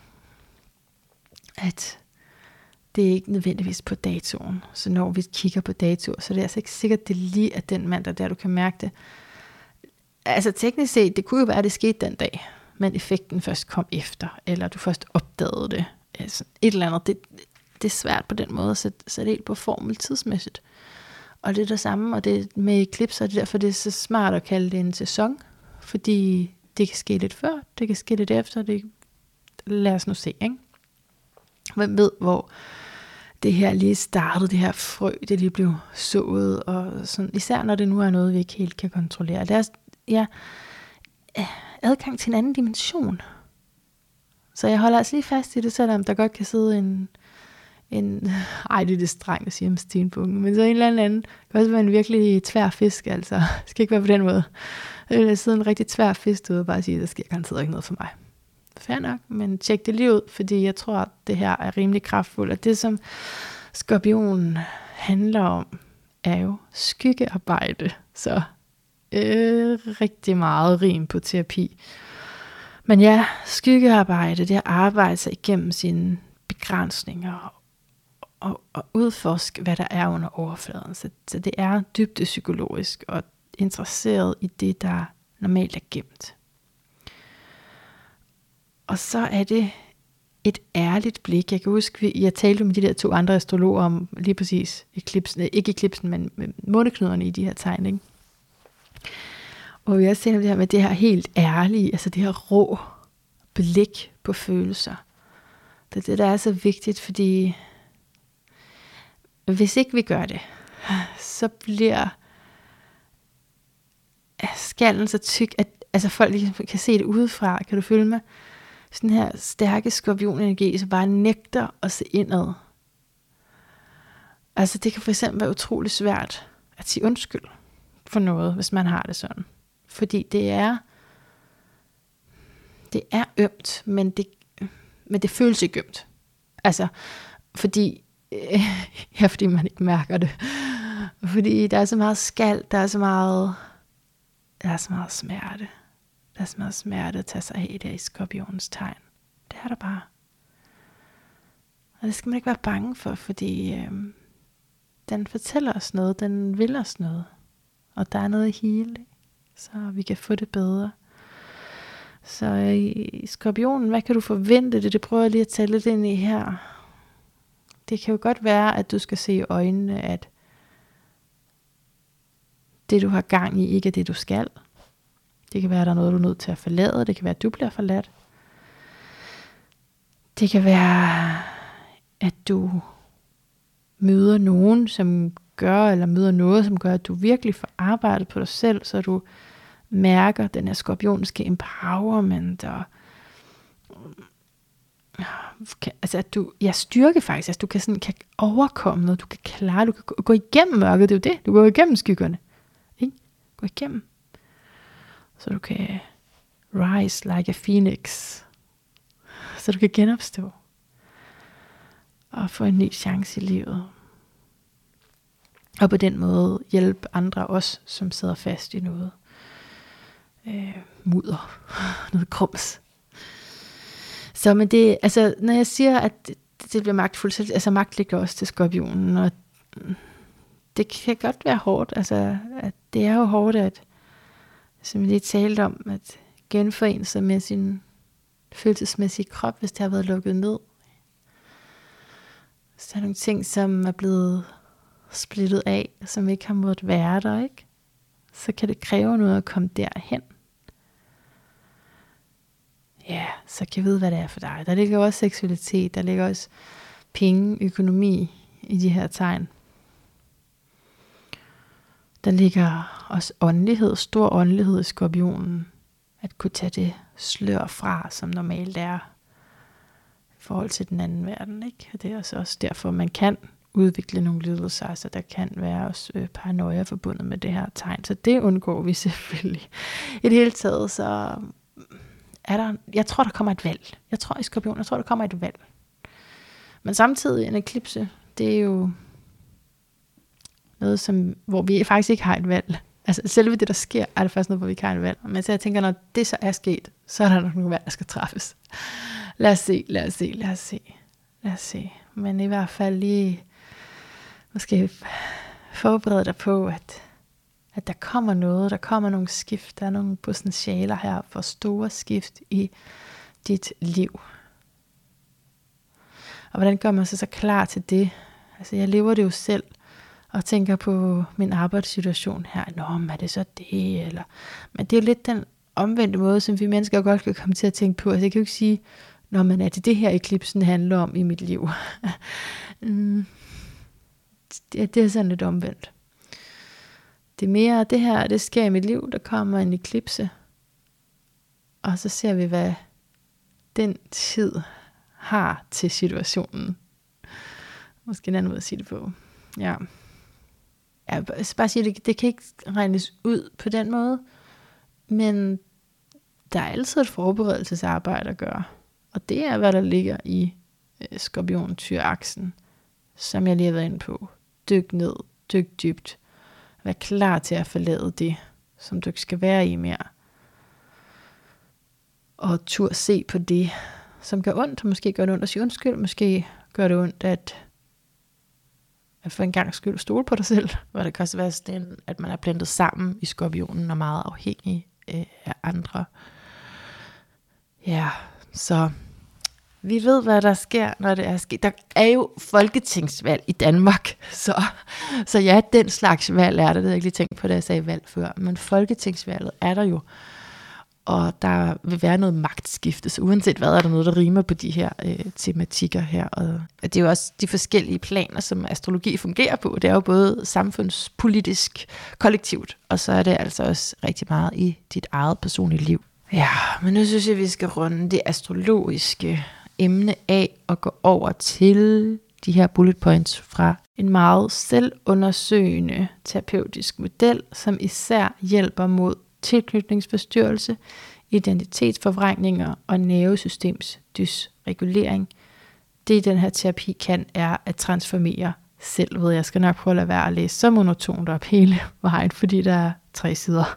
at det er ikke nødvendigvis på datoen. Så når vi kigger på datoer, så er det altså ikke sikkert, det lige er den mandag, der du kan mærke det. Altså teknisk set, det kunne jo være, at det skete den dag, men effekten først kom efter, eller du først opdagede det. Altså et eller andet. Det er svært på den måde at sætte helt på formel tidsmæssigt. Og det er det samme, og det med eklipser, det er derfor, det er så smart at kalde det en sæson, fordi det kan ske lidt før, det kan ske lidt efter, lad os nu se, ikke? Hvem ved, hvor det her lige startede, det her frø, det lige blev sået, og sådan, især når det nu er noget, vi ikke helt kan kontrollere. Det er adgang til en anden dimension. Så jeg holder altså lige fast i det, selvom der godt kan sidde en det er det strengt at sige om stenbukken, men så en eller anden, det kan også være en virkelig tvær fisk, altså. Det skal ikke være på den måde. Det vil sidde en rigtig tvær fisk ude og bare sige, der sker garanteret ikke noget for mig. Fair nok, men tjek det lige ud, fordi jeg tror, at det her er rimelig kraftfuldt, og det som skorpionen handler om, er jo skyggearbejde, så rigtig meget rim på terapi. Men ja, skyggearbejde, det er at arbejde sig igennem sine begrænsninger og udforske, hvad der er under overfladen. Så det er dybt psykologisk og interesseret i det, der normalt er gemt. Og så er det et ærligt blik. Jeg kan huske, jeg talte med de der 2 andre astrologer om lige præcis ikke eklipsen, men måneknuderne i de her tegn, ikke? Og jeg ser det her med det her helt ærlige, altså det her rå blik på følelser. Det er det, der er så vigtigt, fordi hvis ikke vi gør det, så bliver skallen så tyk, at altså folk ligesom kan se det udefra. Kan du følge mig? Sådan her stærke skorpionenergi, som bare nægter at se indad. Altså det kan for eksempel være utrolig svært at sige undskyld for noget, hvis man har det sådan. Fordi det er ømt, men det føles ikke ømt. Altså, fordi man ikke mærker det. Fordi der er så meget skal, der er så meget smerte. Der er så meget smerte at tage sig af der i skorpionens tegn. Det er der bare. Og det skal man ikke være bange for, fordi den fortæller os noget, den vil os noget. Og der er noget at hele, så vi kan få det bedre. Så i Skorpionen, hvad kan du forvente det? Det prøver jeg lige at tage lidt ind i her. Det kan jo godt være, at du skal se i øjnene, at det du har gang i, ikke er det du skal. Det kan være, at der er noget, du er nødt til at forlade. Det kan være, at du bliver forladt. Det kan være, at du møder nogen, som gør, eller møder noget, som gør, at du virkelig får arbejdet på dig selv, så du mærker den her skorpionske empowerment, og altså at du, styrke faktisk, altså du kan overkomme noget, du kan klare, du kan gå igennem mørket, det er jo det, du går igennem skyggerne, ikke? Gå igennem, så du kan rise like a phoenix, så du kan genopstå, og få en ny chance i livet, og på den måde hjælpe andre også, som sidder fast i noget mudder, noget krums. Så men det, altså når jeg siger, at det bliver magtfuldt, altså magt ligger også til Skorpionen, og det kan godt være hårdt, altså at det er jo hårdt, at som vi lige talte om, at genforene sig med sin følelsesmæssige krop, hvis det har været lukket ned. Så der er nogle ting, som er blevet splittet af, som ikke har måttet være der, ikke? Så kan det kræve noget at komme derhen. Ja, så kan jeg vide, hvad det er for dig. Der ligger også seksualitet, der ligger også penge, økonomi i de her tegn. Der ligger også åndelighed, stor åndelighed i Skorpionen. At kunne tage det slør fra, som normalt er i forhold til den anden verden, ikke? Og det er også derfor, man kan udvikle nogle lidelser, så der kan være også paranoia forbundet med det her tegn. Så det undgår vi selvfølgelig. I det hele taget, så jeg tror, der kommer et valg. Jeg tror i Skorpion, der kommer et valg. Men samtidig en eklipse, det er jo noget, hvor vi faktisk ikke har et valg. Altså selve det, der sker, er det faktisk noget, hvor vi ikke har et valg. Men så jeg tænker, når det så er sket, så er der nogle valg, der skal træffes. Lad os se. Men i hvert fald lige måske forberede dig på, at der kommer noget, der kommer nogle skift, der er nogle potentialer her for store skift i dit liv. Og hvordan gør man sig så klar til det? Altså jeg lever det jo selv, og tænker på min arbejdssituation her. Nå, men er det så det? Eller? Men det er jo lidt den omvendte måde, som vi mennesker godt kan komme til at tænke på. Altså jeg kan jo ikke sige, nå, men er det her eklipsen handler om i mit liv? Det er sådan lidt omvendt. Det er mere det her, det sker i mit liv, der kommer en eklipse. Og så ser vi, hvad den tid har til situationen. Måske en anden måde at sige det på. Ja. Jeg vil bare sige, det kan ikke regnes ud på den måde. Men der er altid et forberedelsesarbejde at gøre. Og det er, hvad der ligger i Skorpion-Tyr-aksen, som jeg lige har været inde på. Dyk ned, dyk dybt. Vær klar til at forlade det, som du ikke skal være i mere. Og tur se på det, som gør ondt. Måske gør det ondt at sige undskyld. Måske gør det ondt at for en gang skyld stole på dig selv. Hvor det kan også være sådan, at man er blendet sammen i Skorpionen og meget afhængig af andre. Ja, så vi ved, hvad der sker, når det er sket. Der er jo folketingsvalg i Danmark, så ja, den slags valg er der. Det havde jeg ikke lige tænkt på, da jeg sagde valg før. Men folketingsvalget er der jo. Og der vil være noget magtskifte, så uanset hvad, er der noget, der rimer på de her tematikker her. Og det er jo også de forskellige planer, som astrologi fungerer på. Det er jo både samfundspolitisk, kollektivt, og så er det altså også rigtig meget i dit eget personlige liv. Ja, men nu synes jeg, vi skal runde det astrologiske emne af og gå over til de her bullet points fra en meget selvundersøgende terapeutisk model, som især hjælper mod tilknytningsforstyrrelse, identitetsforvrængninger og nervesystems dysregulering. Det den her terapi kan, er at transformere selvet. Jeg skal nok prøve at lade være at læse så monotont op hele vejen, fordi der er 3 sider.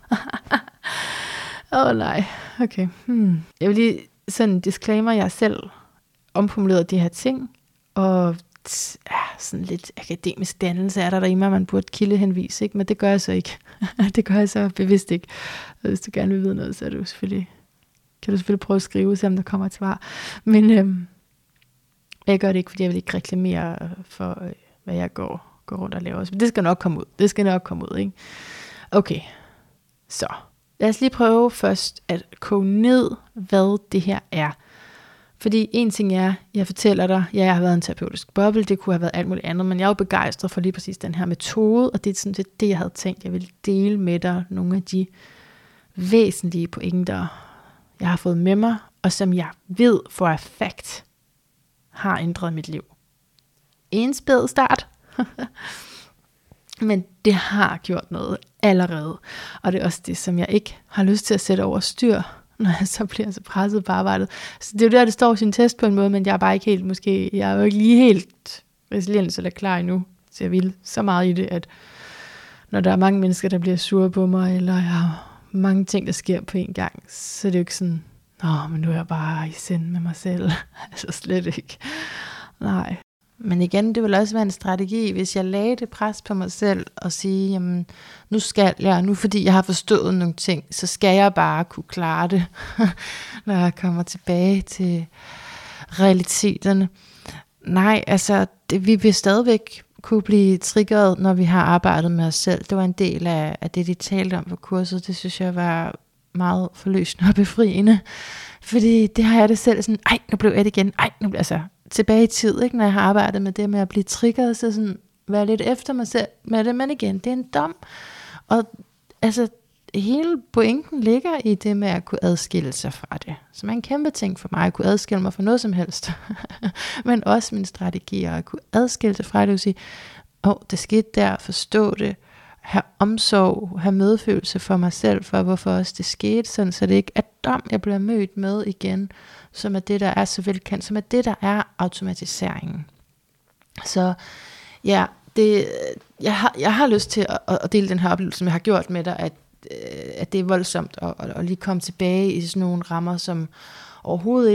Nej, okay. Jeg vil lige sådan disclaimer, jeg selv omformuleret de her ting, og sådan lidt akademisk dannelse er der i mig, man burde kildehenvise, ikke? Men det gør jeg så ikke. Det gør jeg så bevidst ikke. Og hvis du gerne vil vide noget, så er det jo selvfølgelig, kan du selvfølgelig prøve at skrive, selvom der kommer et svar. Men jeg gør det ikke, fordi jeg vil ikke reklamere for, hvad jeg går rundt og laver. Men det skal nok komme ud. Det skal nok komme ud, ikke? Okay, så lad os lige prøve først at koge ned, hvad det her er. Fordi en ting er, jeg fortæller dig, ja, jeg har været en terapeutisk boble, det kunne have været alt muligt andet, men jeg er jo begejstret for lige præcis den her metode, og det er sådan set det, jeg havde tænkt, jeg ville dele med dig nogle af de væsentlige pointer, jeg har fået med mig, og som jeg ved for a fact har ændret mit liv. En spæd start, men det har gjort noget allerede, og det er også det, som jeg ikke har lyst til at sætte over styr, når jeg så bliver så presset på arbejdet. Så det er jo der, det står sin test på en måde, men jeg er bare ikke helt, jeg er jo ikke lige helt resilient eller klar endnu, så jeg vil så meget i det, at når der er mange mennesker, der bliver sure på mig, eller jeg har mange ting, der sker på en gang, så det er jo ikke sådan, men nu er jeg bare i sind med mig selv. Altså slet ikke. Nej. Men igen, det vil også være en strategi, hvis jeg lagde det pres på mig selv og sige, jamen, nu fordi jeg har forstået nogle ting, så skal jeg bare kunne klare det, når jeg kommer tilbage til realiteterne. Nej, altså, vi vil stadigvæk kunne blive triggeret, når vi har arbejdet med os selv. Det var en del af det, de talte om på kurset. Det synes jeg var meget forløsende og befriende. Fordi det har jeg det selv sådan, nu blev jeg det igen. Nu blev altså tilbage i tid, ikke? Når jeg har arbejdet med det med at blive triggeret, så sådan være lidt efter mig selv med det, men igen, det er en dom. Og altså, hele pointen ligger i det med at kunne adskille sig fra det. Som er en kæmpe ting for mig, at kunne adskille mig fra noget som helst. Men også mine strategier, at kunne adskille sig fra det, og sige, det skete der, forstå det, have omsorg, have medfølelse for mig selv, for hvorfor også det skete, sådan, så det ikke er dom, jeg bliver mødt med igen, som er det, der er så velkendt, som er det, der er automatiseringen. Så ja, jeg har lyst til at dele den her oplevelse, som jeg har gjort med dig, at det er voldsomt at lige komme tilbage i sådan nogle rammer, som overhovedet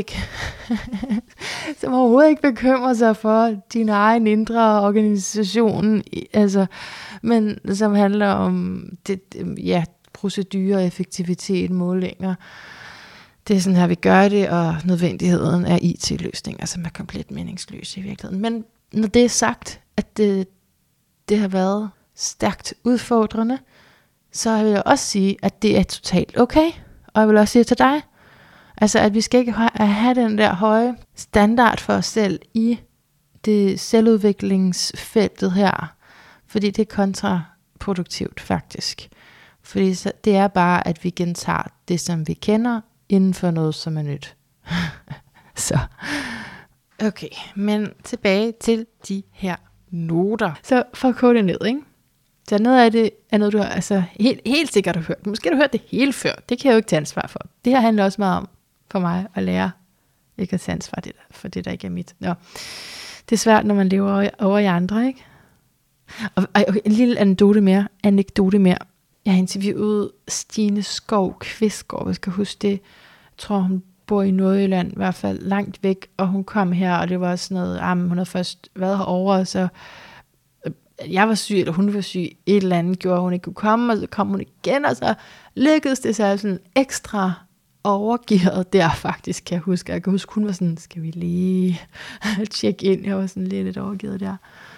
ikke bekymrer sig for din egen indre organisation, altså, men som handler om procedurer, effektivitet, målinger. Det er sådan her, vi gør det, og nødvendigheden af IT-løsninger, som er komplet meningsløse i virkeligheden. Men når det er sagt, at det har været stærkt udfordrende, så vil jeg også sige, at det er totalt okay. Og jeg vil også sige til dig, altså at vi skal ikke have den der høje standard for os selv i det selvudviklingsfeltet her, fordi det er kontraproduktivt faktisk. Fordi det er bare, at vi gentager det, som vi kender, inden for noget, som er nyt. Så, okay, men tilbage til de her noter. Så for at kode det ned, ikke? Så noget af det er noget, du har altså helt sikkert har hørt. Måske har du hørt det hele før. Det kan jeg jo ikke tage ansvar for. Det her handler også meget om for mig at lære ikke at tage ansvar for det, der ikke er mit. Nå. Det er svært, når man lever over i andre, ikke? Og okay, en lille anekdote mere. Jeg har interviewet Stine Skov Kvistgaard, hvis jeg skal huske det. Jeg tror, hun bor i Nordjylland, i hvert fald langt væk, og hun kom her, og det var sådan noget, hun havde først været herovre, og så jeg var syg, eller hun var syg, et eller andet gjorde, hun ikke kunne komme, og så kom hun igen, og så lykkedes det sig sådan ekstra overgearet der faktisk, kan jeg huske. Jeg kan huske, hun var sådan, skal vi lige tjekke ind, jeg var sådan lidt overgearet der.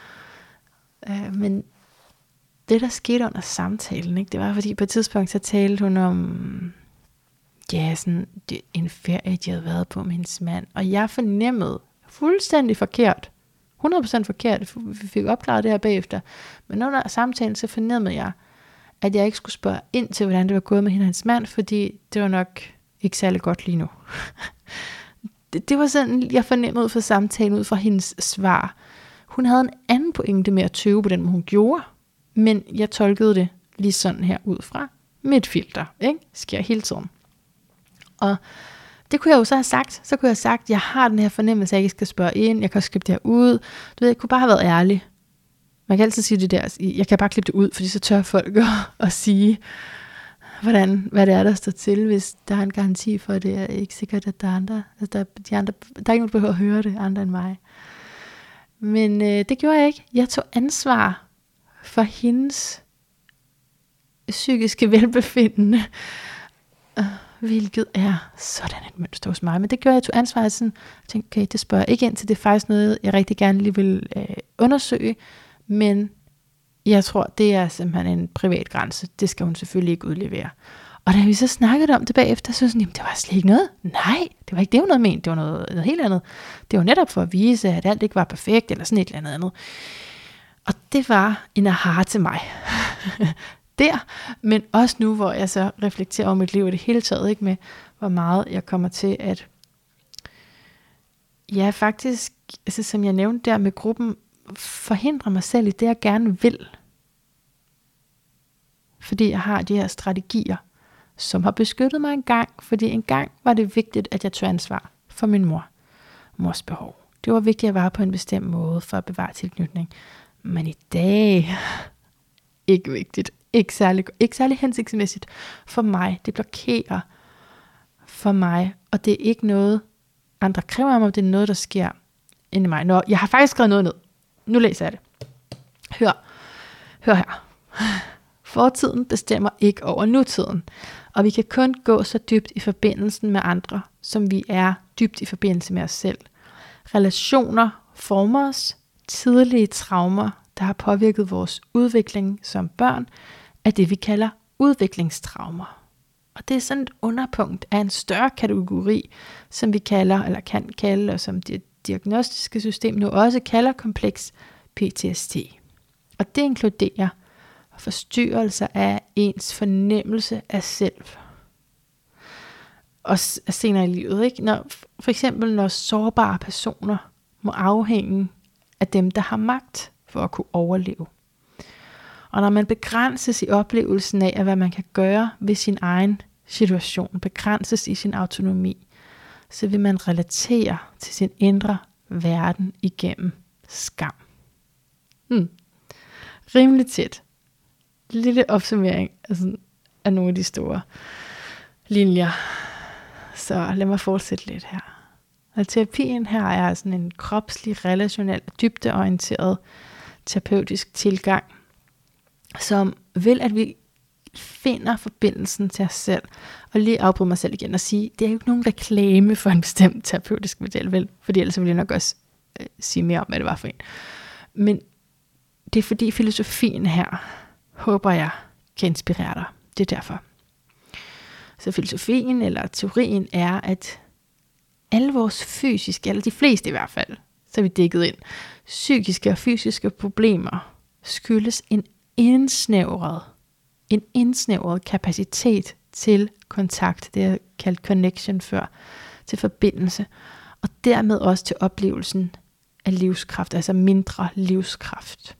Men det, der skete under samtalen, ikke, det var, fordi på et tidspunkt, så talte hun om, sådan en ferie, de havde været på med hendes mand, og jeg fornemmede fuldstændig forkert, 100% forkert, vi fik opklaret det her bagefter, men under samtalen, så fornemmede jeg, at jeg ikke skulle spørge ind til, hvordan det var gået med hende og hans mand, fordi det var nok ikke særlig godt lige nu. det var sådan, jeg fornemmede for samtalen ud fra hendes svar. Hun havde en anden pointe med at tøve på den måde, hun gjorde, men jeg tolkede det lige sådan her ud fra mit filter, ikke? Sker hele tiden. Og det kunne jeg jo så have sagt. Så kunne jeg have sagt, jeg har den her fornemmelse, at jeg ikke skal spørge ind, jeg kan også klippe det her ud. Du ved, jeg kunne bare have været ærlig. Man kan altid sige det der, jeg kan bare klippe det ud, fordi så tør folk at sige, hvad det er, der står til, hvis der er en garanti for, at det er ikke sikkert, at der er andre, der er ikke nogen, der behøver at høre det, andre end mig. Men det gjorde jeg ikke. Jeg tog ansvar for hendes psykiske velbefindende, hvilket er sådan et mønster hos mig. Men det gjorde jeg, tog ansvar. Jeg tænkte, okay, det spørger jeg ikke ind til. Det er faktisk noget, jeg rigtig gerne lige vil undersøge. Men jeg tror, det er simpelthen en privat grænse. Det skal hun selvfølgelig ikke udlevere. Og da vi så snakkede om det bagefter, så sådan, jamen, det var slet ikke noget. Nej, det var ikke det, hun havde ment. Det var noget helt andet. Det var netop for at vise, at alt ikke var perfekt, eller sådan et eller andet. Og det var en aha til mig. Der, men også nu, hvor jeg så reflekterer over mit liv i det hele taget, ikke, med hvor meget jeg kommer til at, ja faktisk, altså, som jeg nævnte der med gruppen, forhindre mig selv i det, jeg gerne vil. Fordi jeg har de her strategier, som har beskyttet mig engang, fordi engang var det vigtigt, at jeg tog ansvar for min mors behov. Det var vigtigt, at jeg var på en bestemt måde for at bevare tilknytning. Men i dag, ikke vigtigt. Ikke særlig hensigtsmæssigt for mig. Det blokerer for mig, og det er ikke noget, andre kræver af mig, det er noget, der sker inde i mig. Nå, jeg har faktisk skrevet noget ned. Nu læser jeg det. Hør her. Fortiden bestemmer ikke over nutiden, og vi kan kun gå så dybt i forbindelsen med andre, som vi er dybt i forbindelse med os selv. Relationer former os. Tidlige traumer, der har påvirket vores udvikling som børn, er det, vi kalder udviklingstraumer. Og det er sådan et underpunkt af en større kategori, som vi kalder, eller kan kalde, og som det diagnostiske system nu også kalder kompleks PTSD. Og det inkluderer forstyrrelser af ens fornemmelse af selv. Og senere i livet, ikke? For eksempel når sårbare personer må afhænge af dem, der har magt for at kunne overleve. Og når man begrænses i oplevelsen af, hvad man kan gøre ved sin egen situation, begrænses i sin autonomi, så vil man relatere til sin indre verden igennem skam. Rimelig tæt. Lille opsummering af nogle af de store linjer. Så lad mig fortsætte lidt her. Og terapien her er sådan en kropslig, relationel, dybdeorienteret terapeutisk tilgang, som vil, at vi finder forbindelsen til os selv. Og lige afbryde mig selv igen og sige, det er jo ikke nogen reklame for en bestemt terapeutisk model, vel? Fordi ellers vil jeg nok også sige mere om, hvad det var for en. Men det er fordi filosofien her, håber jeg, kan inspirere dig. Det er derfor. Så filosofien eller teorien er, at alle vores fysiske, eller de fleste i hvert fald, så er vi dækket ind, psykiske og fysiske problemer skyldes en indsnævret kapacitet til kontakt, det er kaldt connection før, til forbindelse, og dermed også til oplevelsen af livskraft, altså mindre livskraft.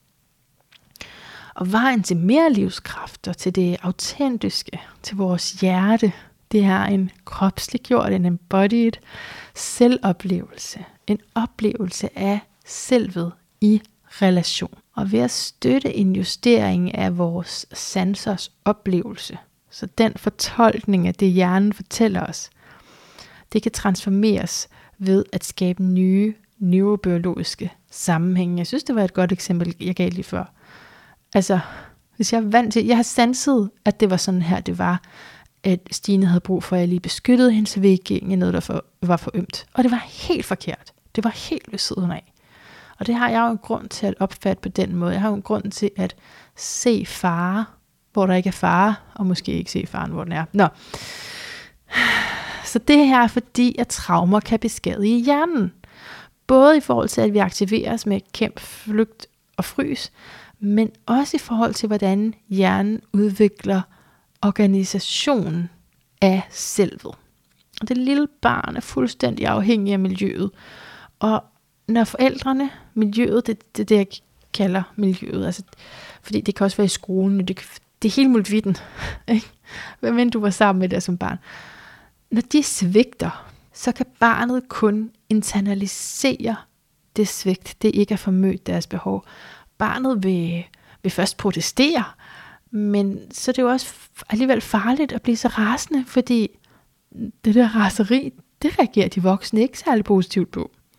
Og vejen til mere livskraft og til det autentiske, til vores hjerte, det er en kropsliggjort, en embodied selvoplevelse. En oplevelse af selvet i relation. Og ved at støtte en justering af vores sansers oplevelse, så den fortolkning af det hjernen fortæller os, det kan transformeres ved at skabe nye neurobiologiske sammenhænge. Jeg synes, det var et godt eksempel, jeg gav lige før. Altså, hvis jeg er vant til, jeg har sanset, at det var sådan her, det var, at Stine havde brug for, at jeg lige beskyttede hende, så vi ikke gik i noget, der var for ømt. Og det var helt forkert. Det var helt ved siden af. Og det har jeg jo en grund til at opfatte på den måde. Jeg har jo en grund til at se fare, hvor der ikke er fare, og måske ikke se faren, hvor den er. Nå. Så det her er fordi, at traumer kan beskadige hjernen. Både i forhold til, at vi aktiveres med kæmp, flygt og frys, men også i forhold til, hvordan hjernen udvikler organisationen af selvet. Og det lille barn er fuldstændig afhængig af miljøet. Og når forældrene, miljøet, det er det, jeg kalder miljøet, altså, fordi det kan også være i skolen, det er hele muligheden, hvem end du var sammen med der som barn. Når de svigter, så kan barnet kun internalisere det svigt, det ikke er formødt deres behov. Barnet vil først protestere, men så er det jo også alligevel farligt at blive så rasende, fordi det der raseri, det reagerer de voksne ikke særlig positivt på.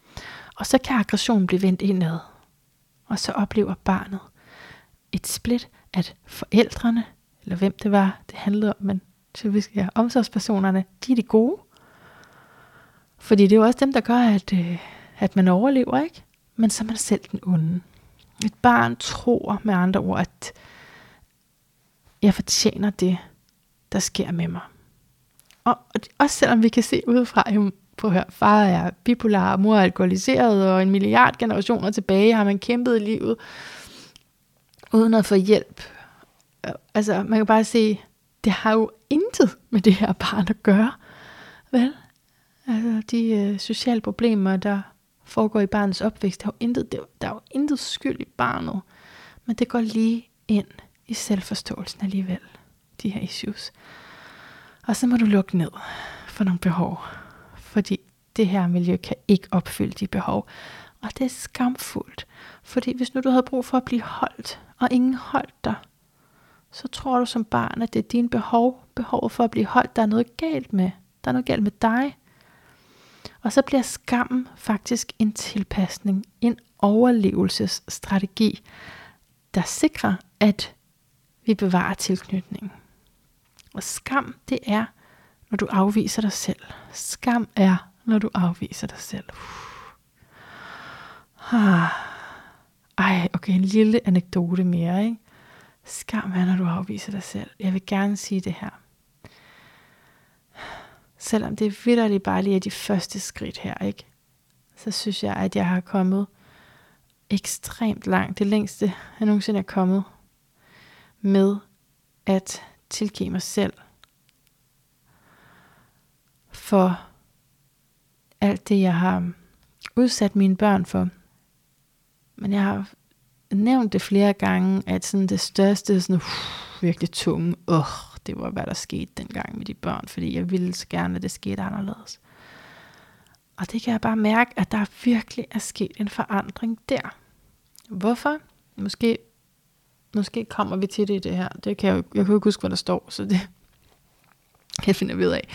Og så kan aggressionen blive vendt indad. Og så oplever barnet et split, at forældrene, eller hvem det var, det handlede om, men typisk omsorgspersonerne, de er de gode. Fordi det er jo også dem, der gør, at man overlever, ikke? Men så er man selv den onde. Et barn tror med andre ord, at jeg fortjener det, der sker med mig. Og også selvom vi kan se udefra, på at høre, far er bipolar, mor er alkoholiseret, og 1 milliard generationer tilbage har man kæmpet i livet, uden at få hjælp. Altså, man kan bare se, det har jo intet med det her barn at gøre. Vel? Altså, de sociale problemer, der foregår i barnets opvækst, der er jo intet skyld i barnet. Men det går lige ind i selvforståelsen alligevel, de her issues. Og så må du lukke ned for nogle behov. Fordi det her miljø kan ikke opfylde de behov. Og det er skamfuldt. Fordi hvis nu du havde brug for at blive holdt, og ingen holdt dig, så tror du som barn, at det er dine behovet for at blive holdt, der er noget galt med. Der er noget galt med dig. Og så bliver skammen faktisk en tilpasning, en overlevelsesstrategi, der sikrer, at vi bevarer tilknytningen. Og skam, det er, når du afviser dig selv. Skam er, når du afviser dig selv. Okay, en lille anekdote mere, ikke? Skam er, når du afviser dig selv. Jeg vil gerne sige det her. Selvom det er vitterligt bare lige de første skridt her, ikke? Så synes jeg, at jeg har kommet ekstremt langt. Det længste, jeg nogensinde er kommet med at tilgive mig selv for alt det, jeg har udsat mine børn for. Men jeg har nævnt det flere gange, at sådan det største, sådan virkelig tunge, det var, hvad der skete dengang med de børn, fordi jeg ville så gerne, at det skete anderledes. Og det kan jeg bare mærke, at der virkelig er sket en forandring der. Hvorfor? Måske kommer vi til det i det her. Det kan jeg kan jo ikke huske, hvad der står, så det jeg finder ved af.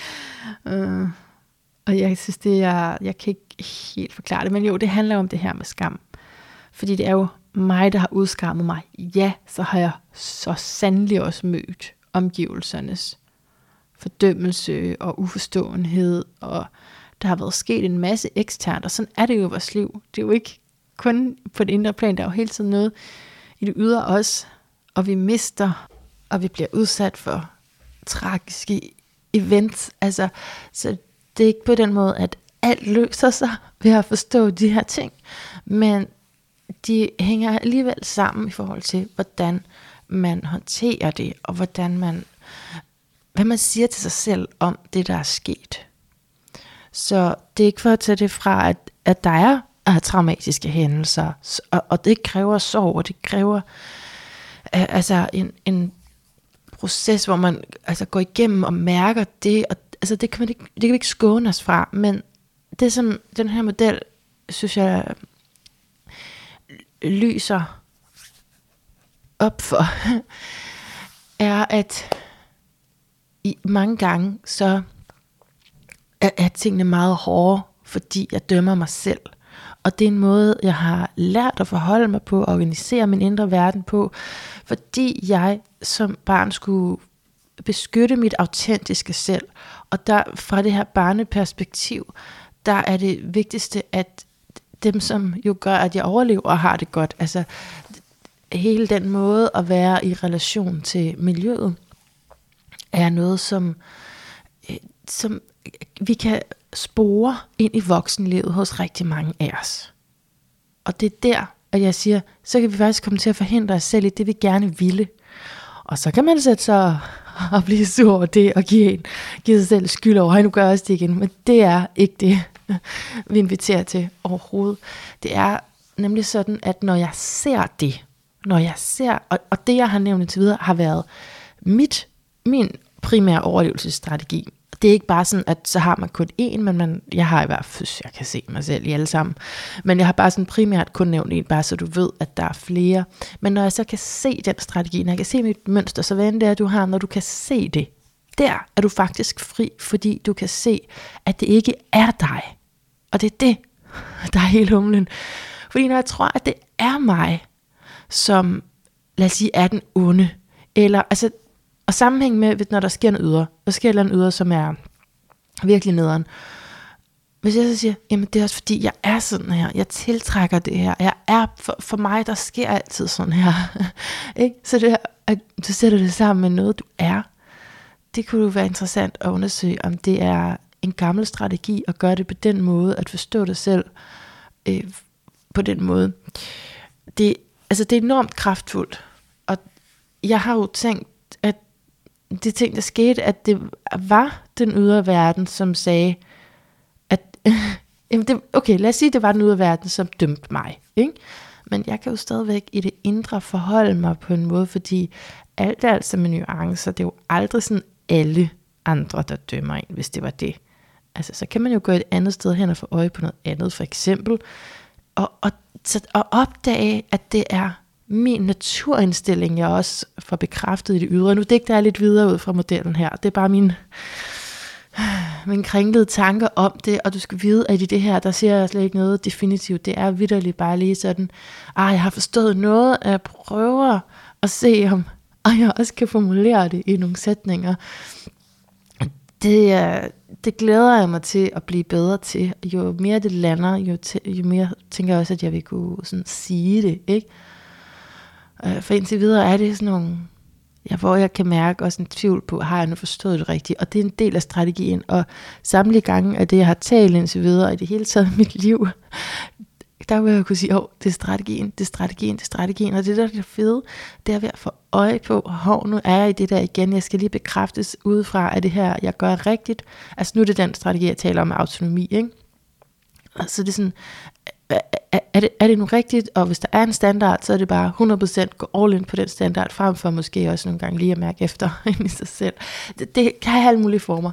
Og jeg synes, jeg kan ikke helt forklare det, men jo, det handler om det her med skam. Fordi det er jo mig, der har udskammet mig. Ja, så har jeg så sandelig også mødt omgivelsernes fordømmelse og uforståenhed, og der har været sket en masse eksternt, og sådan er det jo i vores liv. Det er jo ikke kun på det indre plan, der er jo hele tiden noget i det ydre også, og vi mister, og vi bliver udsat for tragiske events. Altså, så det er ikke på den måde, at alt løser sig ved at forstå de her ting, men de hænger alligevel sammen i forhold til, hvordan man håndterer det, og hvad man siger til sig selv om det, der er sket. Så det er ikke for at tage det fra, at der er traumatiske hændelser, og det kræver sorg, og det kræver en proces, hvor man går igennem og mærker det, og det kan vi ikke skåne os fra, men det som den her model, synes jeg, lyser op for, er, at mange gange så er tingene meget hårde, fordi jeg dømmer mig selv. Og det er en måde, jeg har lært at forholde mig på, at organisere min indre verden på, fordi jeg som barn skulle beskytte mit autentiske selv. Og der fra det her barneperspektiv, der er det vigtigste, at dem, som jo gør, at jeg overlever og har det godt, altså hele den måde at være i relation til miljøet, er noget, som vi kan spore ind i voksenlivet hos rigtig mange af os. Og det er der, at jeg siger, så kan vi faktisk komme til at forhindre os selv i det, vi gerne ville. Og så kan man sætte sig og blive sur over det, og give sig selv skyld over, nu gør jeg også det igen. Men det er ikke det, vi inviterer til overhovedet. Det er nemlig sådan, at når jeg ser, og det jeg har nævnt til videre, har været min primære overlevelsesstrategi. Det er ikke bare sådan, at så har man kun én, men jeg har i hvert fald, jeg kan se mig selv i alle sammen, men jeg har bare sådan primært kun nævnt en, bare så du ved, at der er flere. Men når jeg så kan se den strategi, når jeg kan se mit mønster, så hvad end det er, du har, når du kan se det, der er du faktisk fri, fordi du kan se, at det ikke er dig. Og det er det, der er hele humlen. Fordi når jeg tror, at det er mig, som, lad os sige, er den onde, eller, altså, og sammenhæng med, når der sker noget ydre, der sker et eller andet ydre, som er virkelig nederen. Hvis jeg så siger, jamen det er også fordi, jeg er sådan her, jeg tiltrækker det her, jeg er, for mig, der sker altid sådan her. Ikke? Så det, at du sætter det sammen med noget, du er, det kunne jo være interessant at undersøge, om det er en gammel strategi at gøre det på den måde, at forstå dig selv på den måde. Det er enormt kraftfuldt, og jeg har jo tænkt, at det ting, der skete, at det var den ydre verden, som sagde, at okay, lad os sige, det var den ydre verden, som dømte mig, ikke? Men jeg kan jo stadigvæk i det indre forholde mig på en måde, fordi alt er altså med nuancer. Det er jo aldrig sådan alle andre, der dømmer en, hvis det var det. Altså, så kan man jo gå et andet sted hen og få øje på noget andet, for eksempel. Og opdage, at det er min naturindstilling, jeg også får bekræftet i det ydre. Nu digter jeg lidt videre ud fra modellen her. Det er bare min kringlede tanker om det, og du skal vide, at i det her, der siger jeg slet ikke noget definitivt. Det er vitterligt bare lige sådan, jeg har forstået noget, at jeg prøver at se, om jeg også kan formulere det i nogle sætninger. Det glæder jeg mig til at blive bedre til. Jo mere det lander, jo mere tænker jeg også, at jeg vil kunne sådan sige det, ikke? For indtil videre er det sådan nogle, hvor jeg kan mærke også en tvivl på, har jeg nu forstået det rigtigt? Og det er en del af strategien, og samtlige gange af det, jeg har talt indtil videre, i det hele taget i mit liv, der vil jeg kunne sige, det er strategien, det er strategien, det er strategien, og det der er fede, det er ved at få øje på, nu er jeg i det der igen, jeg skal lige bekræftes udefra, at det her, jeg gør rigtigt. Altså nu er det den strategi, jeg taler om med autonomi, ikke? Så det er sådan, er det nu rigtigt, og hvis der er en standard, så er det bare 100% gå all in på den standard, frem for måske også nogle gange lige at mærke efter i sig selv. Det kan have alle mulige former.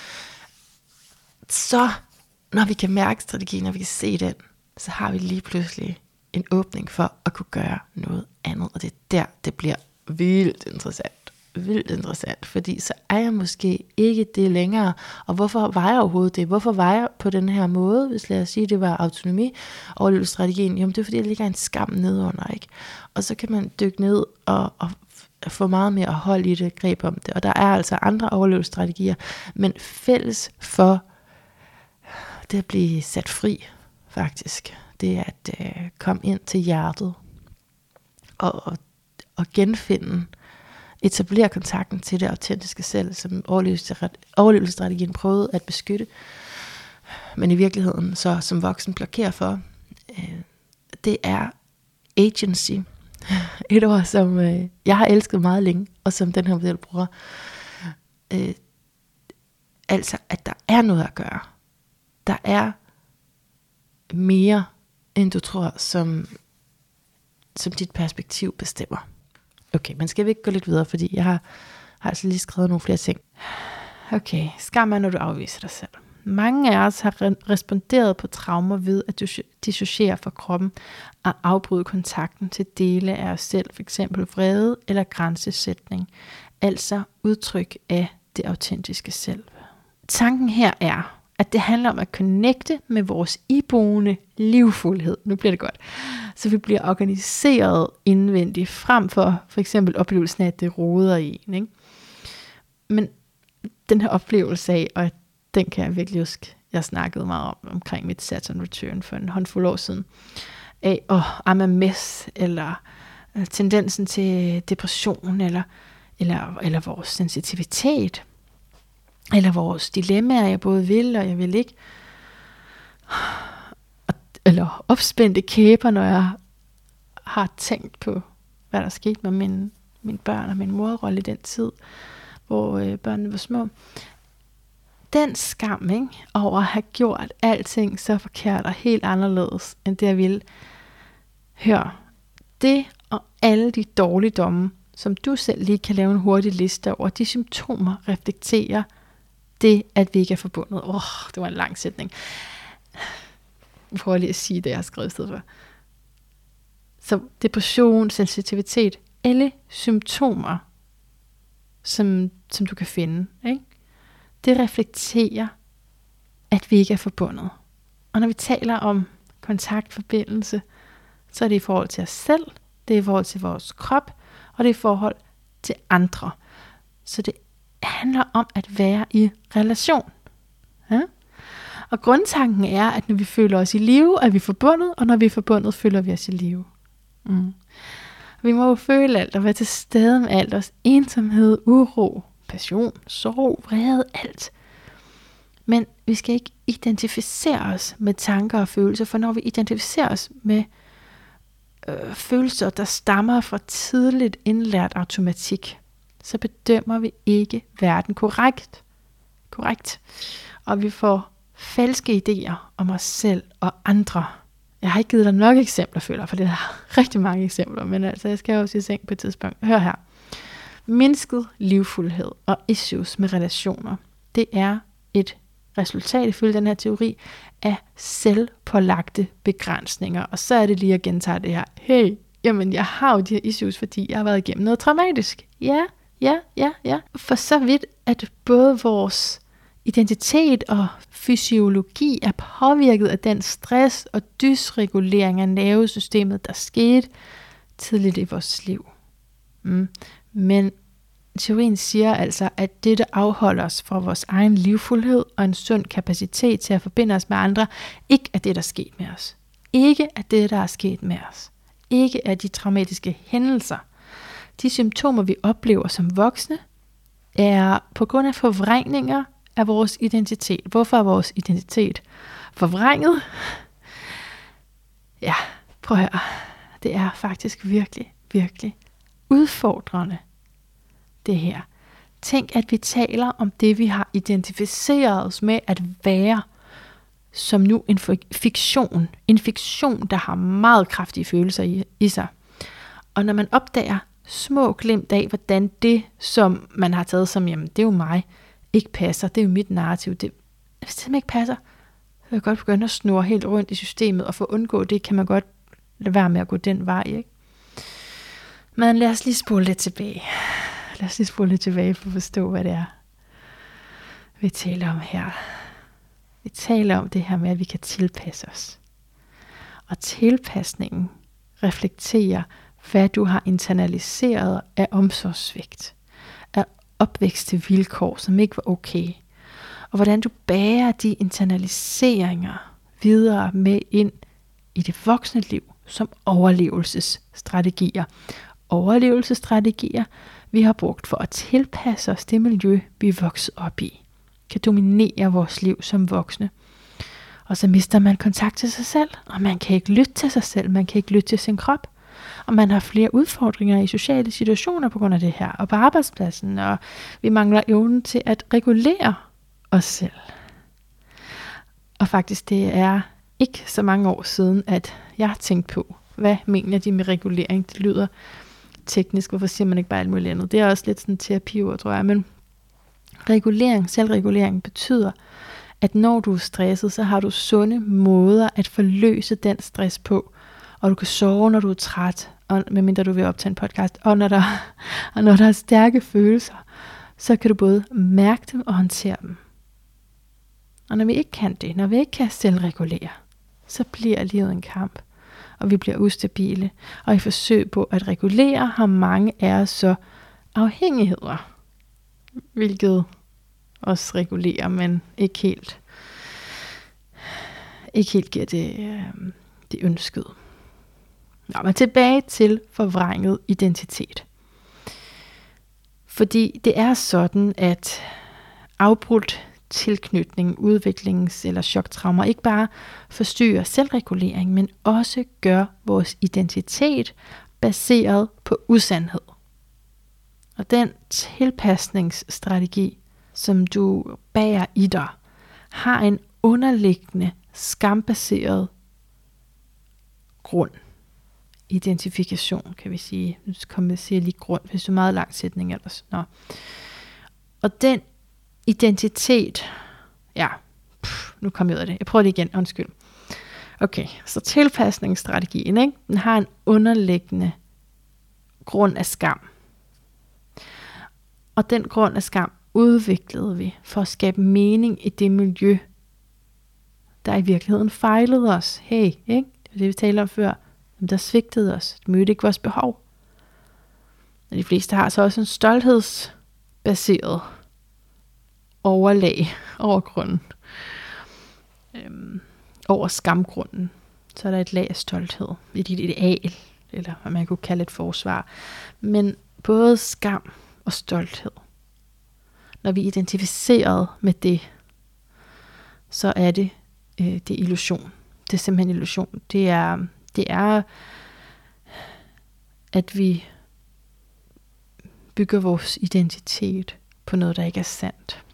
Så når vi kan mærke strategien, når vi kan se den, så har vi lige pludselig en åbning for at kunne gøre noget andet, og det er der, det bliver vildt interessant, fordi så er jeg måske ikke det længere, og hvorfor var jeg overhovedet det? Hvorfor var jeg på den her måde, hvis lad os sige, det var autonomi, overlevelsesstrategien? Jamen det er fordi, der ligger en skam nedunder, ikke? Og så kan man dykke ned og få meget mere hold i det, greb om det, og der er altså andre overlevelsesstrategier, men fælles for det at blive sat fri, faktisk, det er at komme ind til hjertet, og genfinde, etablere kontakten til det autentiske selv, som overlevelsesstrategien prøvede at beskytte, men i virkeligheden så som voksen blokerer for. Det er agency. Et ord, som jeg har elsket meget længe, og som den her model bruger. Altså, at der er noget at gøre. Der er mere, end du tror, som dit perspektiv bestemmer. Okay, men skal vi ikke gå lidt videre, fordi jeg har altså lige skrevet nogle flere ting. Okay, skam er, når du afviser dig selv. Mange af os har responderet på traumer ved at dissociere fra kroppen og afbryde kontakten til dele af os selv, f.eks. vrede eller grænsesætning, altså udtryk af det autentiske selv. Tanken her er, at det handler om at connecte med vores iboende livfuldhed. Nu bliver det godt. Så vi bliver organiseret indvendigt, frem for eksempel oplevelsen af, at det roder i en. Ikke? Men den her oplevelse af, og den kan jeg virkelig huske, jeg snakkede meget omkring mit Saturn Return for en håndfuld år siden, af I'm a mess, eller tendensen til depression, eller vores sensitivitet, eller vores dilemmaer, jeg både vil og jeg vil ikke, eller opspændte kæber, når jeg har tænkt på, hvad der skete med mine børn og min morrolle i den tid, hvor børnene var små. Den skam, ikke, over at have gjort alting så forkert og helt anderledes, end det jeg ville. Hør, det og alle de dårligdomme, som du selv lige kan lave en hurtig liste over, de symptomer reflekterer det, at vi ikke er forbundet. Det var en lang sætning. Jeg prøver lige at sige det, jeg har skrevet i stedet for. Så depression, sensitivitet, alle symptomer, som du kan finde, ikke? Det reflekterer, at vi ikke er forbundet. Og når vi taler om kontaktforbindelse, så er det i forhold til os selv, det er i forhold til vores krop, og det er i forhold til andre. Så det handler om at være i relation. Ja? Og grundtanken er, at når vi føler os i live, er vi forbundet, og når vi er forbundet, føler vi os i live. Vi må jo føle alt og være til stede med alt, også ensomhed, uro, passion, sorg, vrede, alt. Men vi skal ikke identificere os med tanker og følelser, for når vi identificerer os med følelser, der stammer fra tidligt indlært automatik, så bedømmer vi ikke verden korrekt. Og vi får falske idéer om os selv og andre. Jeg har ikke givet dig nok eksempler, føler, for det er rigtig mange eksempler, men altså, jeg skal også i seng på et tidspunkt. Hør her. Mindsket livfuldhed og issues med relationer, det er et resultat, ifølge den her teori, af selvpålagte begrænsninger. Og så er det lige at gentage det her. Hey, jamen jeg har jo de her issues, fordi jeg har været igennem noget traumatisk. Ja. For så vidt, at både vores identitet og fysiologi er påvirket af den stress og dysregulering af nervesystemet, der skete tidligt i vores liv. Men teorien siger altså, at det, der afholder os fra vores egen livfuldhed og en sund kapacitet til at forbinde os med andre, ikke er det, der er sket med os. Ikke er det, der er sket med os. Ikke er de traumatiske hændelser. De symptomer, vi oplever som voksne, er på grund af forvrængninger af vores identitet. Hvorfor er vores identitet forvrænget? Ja, prøv at høre. Det er faktisk virkelig, virkelig udfordrende, det her. Tænk, at vi taler om det, vi har identificeret os med at være, som nu en fiktion. En fiktion, der har meget kraftige følelser i sig. Og når man opdager små glimt af, hvordan det, som man har taget som, jamen det er jo mig, ikke passer, det er jo mit narrativ. Hvis det simpelthen ikke passer, så kan jeg godt begynde at snurre helt rundt i systemet, og for at undgå det, kan man godt lade være med at gå den vej, ikke? Men lad os lige spole lidt tilbage. Lad os lige spole lidt tilbage for at forstå, hvad det er, vi taler om her. Vi taler om det her med, at vi kan tilpasse os. Og tilpasningen reflekterer, hvad du har internaliseret af omsorgssvigt, af opvækstvilkår, som ikke var okay. Og hvordan du bærer de internaliseringer videre med ind i det voksne liv som overlevelsesstrategier. Overlevelsesstrategier, vi har brugt for at tilpasse os det miljø, vi er vokset op i, kan dominere vores liv som voksne. Og så mister man kontakt til sig selv, og man kan ikke lytte til sig selv, man kan ikke lytte til sin krop. Og man har flere udfordringer i sociale situationer på grund af det her, og på arbejdspladsen, og vi mangler evnen til at regulere os selv. Og faktisk, det er ikke så mange år siden, at jeg har tænkt på, hvad mener de med regulering? Det lyder teknisk, hvorfor siger man ikke bare alt muligt andet? Det er også lidt sådan en terapiord, tror jeg, men regulering, selvregulering betyder, at når du er stresset, så har du sunde måder at forløse den stress på, og du kan sove, når du er træt, og medmindre du vil optage en podcast, og når der er stærke følelser, så kan du både mærke dem og håndtere dem. Og når vi ikke kan det, når vi ikke kan selvregulere, så bliver livet en kamp, og vi bliver ustabile. Og i forsøg på at regulere har mange af os så afhængigheder, hvilket også regulerer, men ikke helt giver det ønskede. Nå, men tilbage til forvrænget identitet. Fordi det er sådan, at afbrudt tilknytning, udviklings- eller choktraumer ikke bare forstyrrer selvregulering, men også gør vores identitet baseret på usandhed. Og den tilpasningsstrategi, som du bærer i dig, har en underliggende skambaseret grund. Identifikation, kan vi sige. Nu kommer jeg sige lige grund, hvis det er meget lang sætning ellers. Nå. Og den identitet, nu kom jeg ud af det. Jeg prøver det igen, undskyld. Okay, så tilpasningsstrategien, ikke? Den har en underliggende grund af skam. Og den grund af skam udviklede vi for at skabe mening i det miljø, der i virkeligheden fejlede os. Hey, ikke? Det var det, vi talte om før. Dem, der svigtede os. De mødte ikke vores behov. Og de fleste har så også en stolthedsbaseret overlag over grunden. Over skamgrunden. Så er der et lag af stolthed. Et ideal, eller hvad man kunne kalde et forsvar. Men både skam og stolthed. Når vi er identificeret med det, så er det illusion. Det er simpelthen illusion. Det er, at vi bygger vores identitet på noget, der ikke er sandt.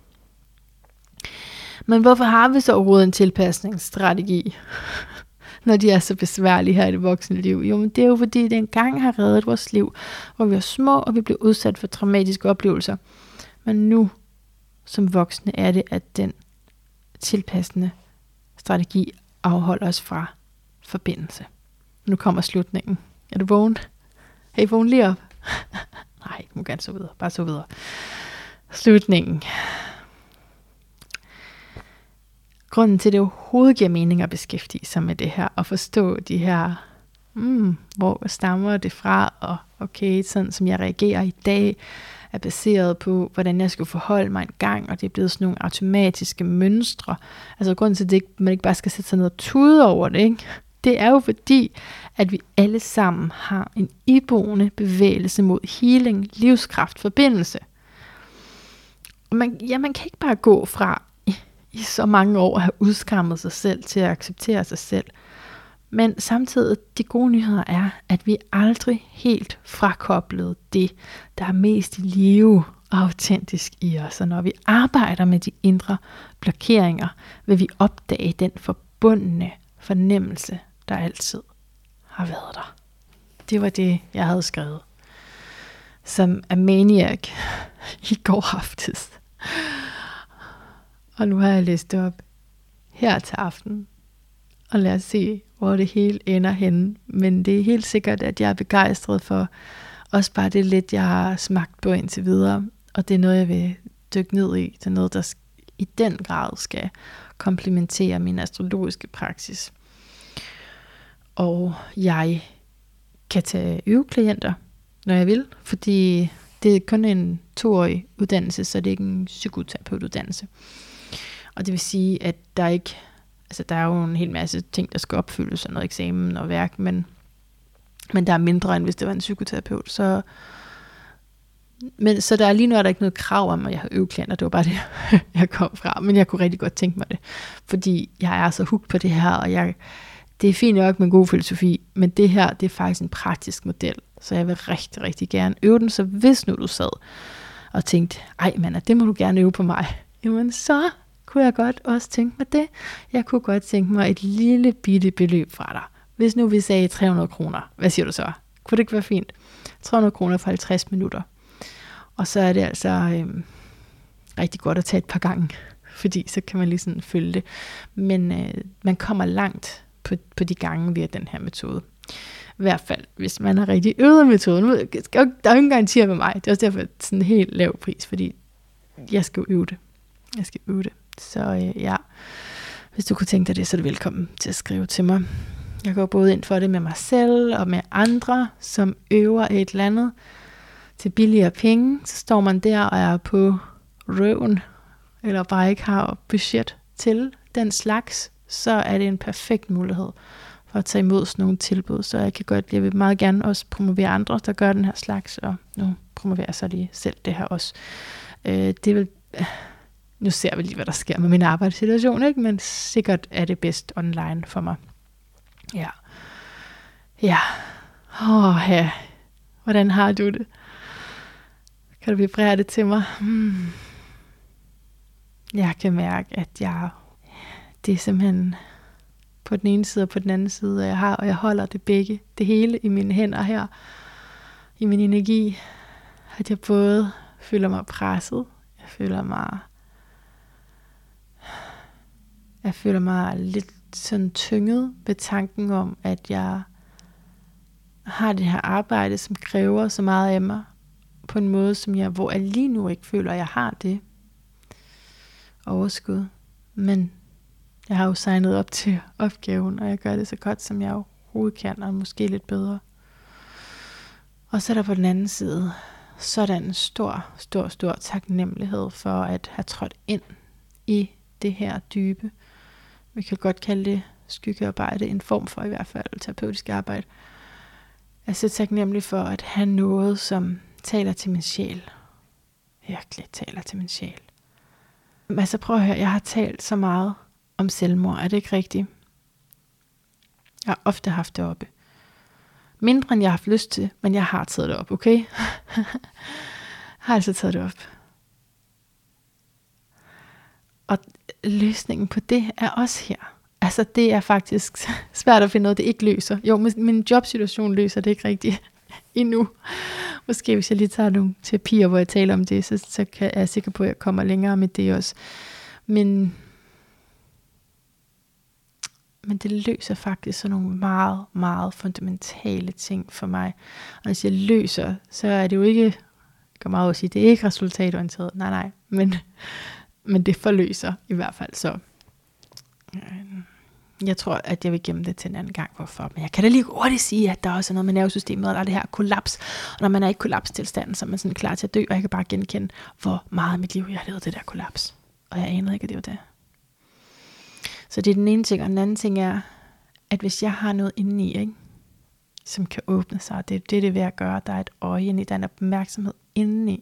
Men hvorfor har vi så overhovedet en tilpasningsstrategi, når de er så besværlige her i det voksne liv? Jo, men det er jo fordi, det engang har reddet vores liv, hvor vi var små, og vi blev udsat for traumatiske oplevelser. Men nu, som voksne, er det, at den tilpassende strategi afholder os fra forbindelse. Nu kommer slutningen. Er du vågen? Er I vågen lige op? Nej, du må gerne så videre. Bare så videre. Slutningen. Grunden til, at det overhovedet giver mening at beskæftige sig med det her, og forstå de her, hvor stammer det fra, og okay, sådan som jeg reagerer i dag, er baseret på, hvordan jeg skulle forholde mig en gang, og det er blevet sådan nogle automatiske mønstre. Altså grunden til, at man ikke bare skal sætte sig ned og tude over det, ikke? Det er jo fordi, at vi alle sammen har en iboende bevægelse mod healing, livskraft, forbindelse. Og man kan ikke bare gå fra i så mange år at have udskammet sig selv til at acceptere sig selv. Men samtidig, de gode nyheder er, at vi aldrig helt frakoblet det, der er mest i live og autentisk i os. Og når vi arbejder med de indre blokeringer, vil vi opdage den forbundne fornemmelse, der altid har været der. Det var det, jeg havde skrevet som Amaniac i går aftes. Og nu har jeg læst det op her til aften. Og lad os se, hvor det hele ender henne. Men det er helt sikkert, at jeg er begejstret for også bare det lidt, jeg har smagt på indtil videre. Og det er noget, jeg vil dykke ned i. Det er noget, der i den grad skal komplementere min astrologiske praksis. Og jeg kan tage øveklienter, når jeg vil. Fordi det er kun en 2-årig uddannelse, så det er ikke en psykoterapeutuddannelse. Og det vil sige, at der er jo en hel masse ting, der skal opfyldes, og noget eksamen og værk, men der er mindre, end hvis det var en psykoterapeut. Så der er lige nu, er der ikke noget krav om, at jeg har øveklienter. Det var bare det, jeg kom fra. Men jeg kunne rigtig godt tænke mig det, fordi jeg er så hooked på det her, og det er fint nok med en god filosofi, men det her, det er faktisk en praktisk model, så jeg vil rigtig, rigtig gerne øve den. Så hvis nu du sad og tænkte, ej Manna, det må du gerne øve på mig, jamen så kunne jeg godt også tænke mig det. Jeg kunne godt tænke mig et lille bitte beløb fra dig. Hvis nu vi sagde 300 kroner, hvad siger du så? Kunne det ikke være fint? 300 kroner for 50 minutter. Og så er det altså rigtig godt at tage et par gange, fordi så kan man lige sådan følge det. Men man kommer langt på de gange via den her metode. I hvert fald, hvis man har rigtig øvet metoden. Der er jo ingen garantier med mig. Det er også derfor sådan en helt lav pris, fordi jeg skal øve det. Så hvis du kunne tænke dig det, så er du velkommen til at skrive til mig. Jeg går både ind for det med mig selv og med andre, som øver et eller andet til billigere penge. Så står man der og er på røven, eller bare ikke har budget til den slags, så er det en perfekt mulighed for at tage imod sådan nogle tilbud. Så jeg vil meget gerne også promovere andre, der gør den her slags, og nu promoverer jeg så lige selv det her også. Nu ser vi lige, hvad der sker med min arbejdssituation, ikke? Men sikkert er det bedst online for mig. Ja. Hvordan har du det? Kan du vibrere det til mig? Jeg kan mærke, at det er simpelthen på den ene side og på den anden side, og jeg holder det hele i mine hænder her, i min energi, at jeg både føler mig presset, jeg føler mig lidt sådan tynget ved tanken om, at jeg har det her arbejde, som kræver så meget af mig, på en måde, hvor jeg lige nu ikke føler, at jeg har det overskud. Men Jeg har jo signet op til opgaven, og jeg gør det så godt, som jeg overhovedet kan, og måske lidt bedre. Og så er der på den anden side sådan en stor taknemmelighed for at have trådt ind i det her dybe. Vi kan godt kalde det skyggearbejde, en form for i hvert fald terapeutisk arbejde. Jeg er så taknemmelig for at have noget, som taler til min sjæl. Virkelig taler til min sjæl. Altså prøv at høre, jeg har talt så meget om selvmord, er det ikke rigtigt? Jeg har ofte haft det oppe. Mindre end jeg har haft lyst til, men jeg har taget det op, okay? Har altså taget det op. Og løsningen på det er også her. Altså det er faktisk svært at finde noget, det ikke løser. Jo, min jobsituation løser det ikke rigtigt endnu. Måske hvis jeg lige tager nogle terapier, hvor jeg taler om det, så er jeg sikker på, at jeg kommer længere med det også. Men det løser faktisk sådan nogle meget, meget fundamentale ting for mig. Og hvis jeg løser, så er det jo ikke, jeg kan meget sige, det er ikke resultatorienteret. Nej, men det forløser i hvert fald. Så jeg tror, at jeg vil gemme det til en anden gang, hvorfor. Men jeg kan da lige hurtigt sige, at der også er noget med nervesystemet, og der er det her kollaps. Og når man er i kollapstilstanden, så er man sådan klar til at dø, og jeg kan bare genkende, hvor meget af mit liv jeg har levet det der kollaps. Og jeg anede ikke, at det var det. Så det er den ene ting, og den anden ting er, at hvis jeg har noget indeni, ikke, som kan åbne sig, og det er det er ved at gøre, der er et øje indeni, der er en opmærksomhed indeni,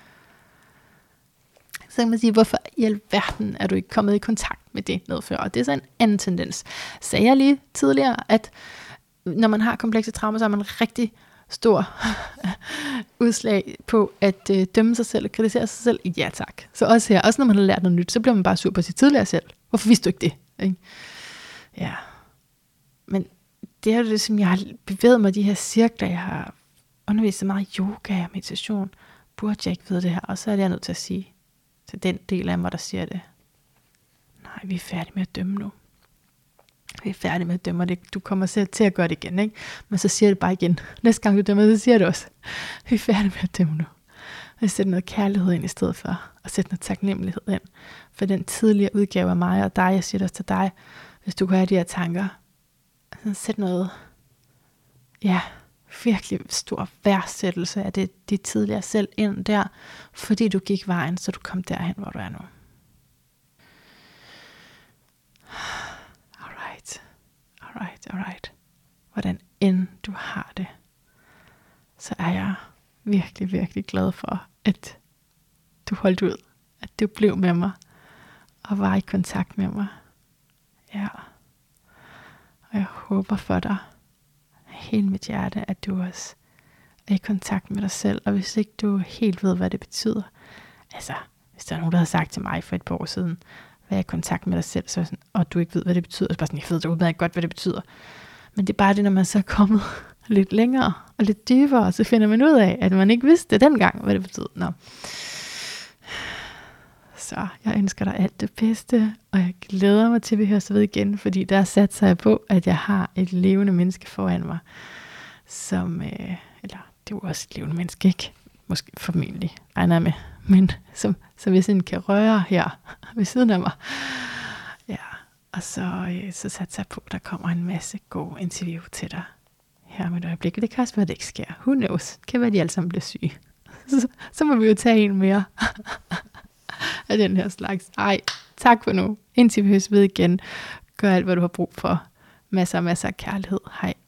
så kan man sige, hvorfor i alverden er du ikke kommet i kontakt med det noget før? Og det er så en anden tendens. Sagde jeg lige tidligere, at når man har komplekse traumer, så har man en rigtig stor udslag på at dømme sig selv og kritisere sig selv. Ja tak. Så også her, også når man har lært noget nyt, så bliver man bare sur på sit tidligere selv. Hvorfor vidste du ikke det? Ikke? Ja. Men det er jo det, som jeg har bevæget mig, de her cirkler, jeg har undervist så meget yoga og meditation. Burde jeg ikke vide det her? Og så er det jeg nødt til at sige til den del af mig, der siger det. Nej, vi er færdige med at dømme nu. Vi er færdige med at dømme, og det, du kommer selv til at gøre det igen, ikke? Men så siger det bare igen. Næste gang du dømmer, så siger det også. Vi er færdige med at dømme nu. Og sætte noget kærlighed ind i stedet for, og sætte noget taknemmelighed ind. For den tidligere udgave af mig og dig, jeg siger det også til dig, hvis du kan have de her tanker, så sæt noget, virkelig stor værdsættelse af det tidligere selv ind der, fordi du gik vejen, så du kom derhen, hvor du er nu. Alright. Hvordan end du har det, så er jeg virkelig, virkelig glad for, at du holdt ud, at du blev med mig, og var i kontakt med mig. Ja. Og jeg håber for dig, hele mit hjerte, at du også er i kontakt med dig selv, og hvis ikke du helt ved, hvad det betyder, altså, hvis der er nogen, der havde sagt til mig for et par år siden, hvad er i kontakt med dig selv, så sådan, og du ikke ved, hvad det betyder, så bare sådan, jeg ved udmærket godt, hvad det betyder. Men det er bare det, når man så er kommet lidt længere og lidt dybere, så finder man ud af, at man ikke vidste dengang, hvad det betød. Nå. Så jeg ønsker dig alt det bedste, og jeg glæder mig til, at vi høres ved igen, fordi der satser jeg på, at jeg har et levende menneske foran mig, som, eller det er jo også et levende menneske, ikke? Måske formentlig regner jeg med, men som hvis en kan røre her ved siden af mig. Ja, og så satser jeg på, at der kommer en masse gode interview til dig her med et øjeblik. Det kan også være, at det ikke sker. Who knows? Det kan være, at de alle sammen bliver syge. Så må vi jo tage en mere af den her slags. Ej, tak for nu. Indtil vi høres ved igen. Gør alt, hvad du har brug for. Masser af kærlighed. Hej.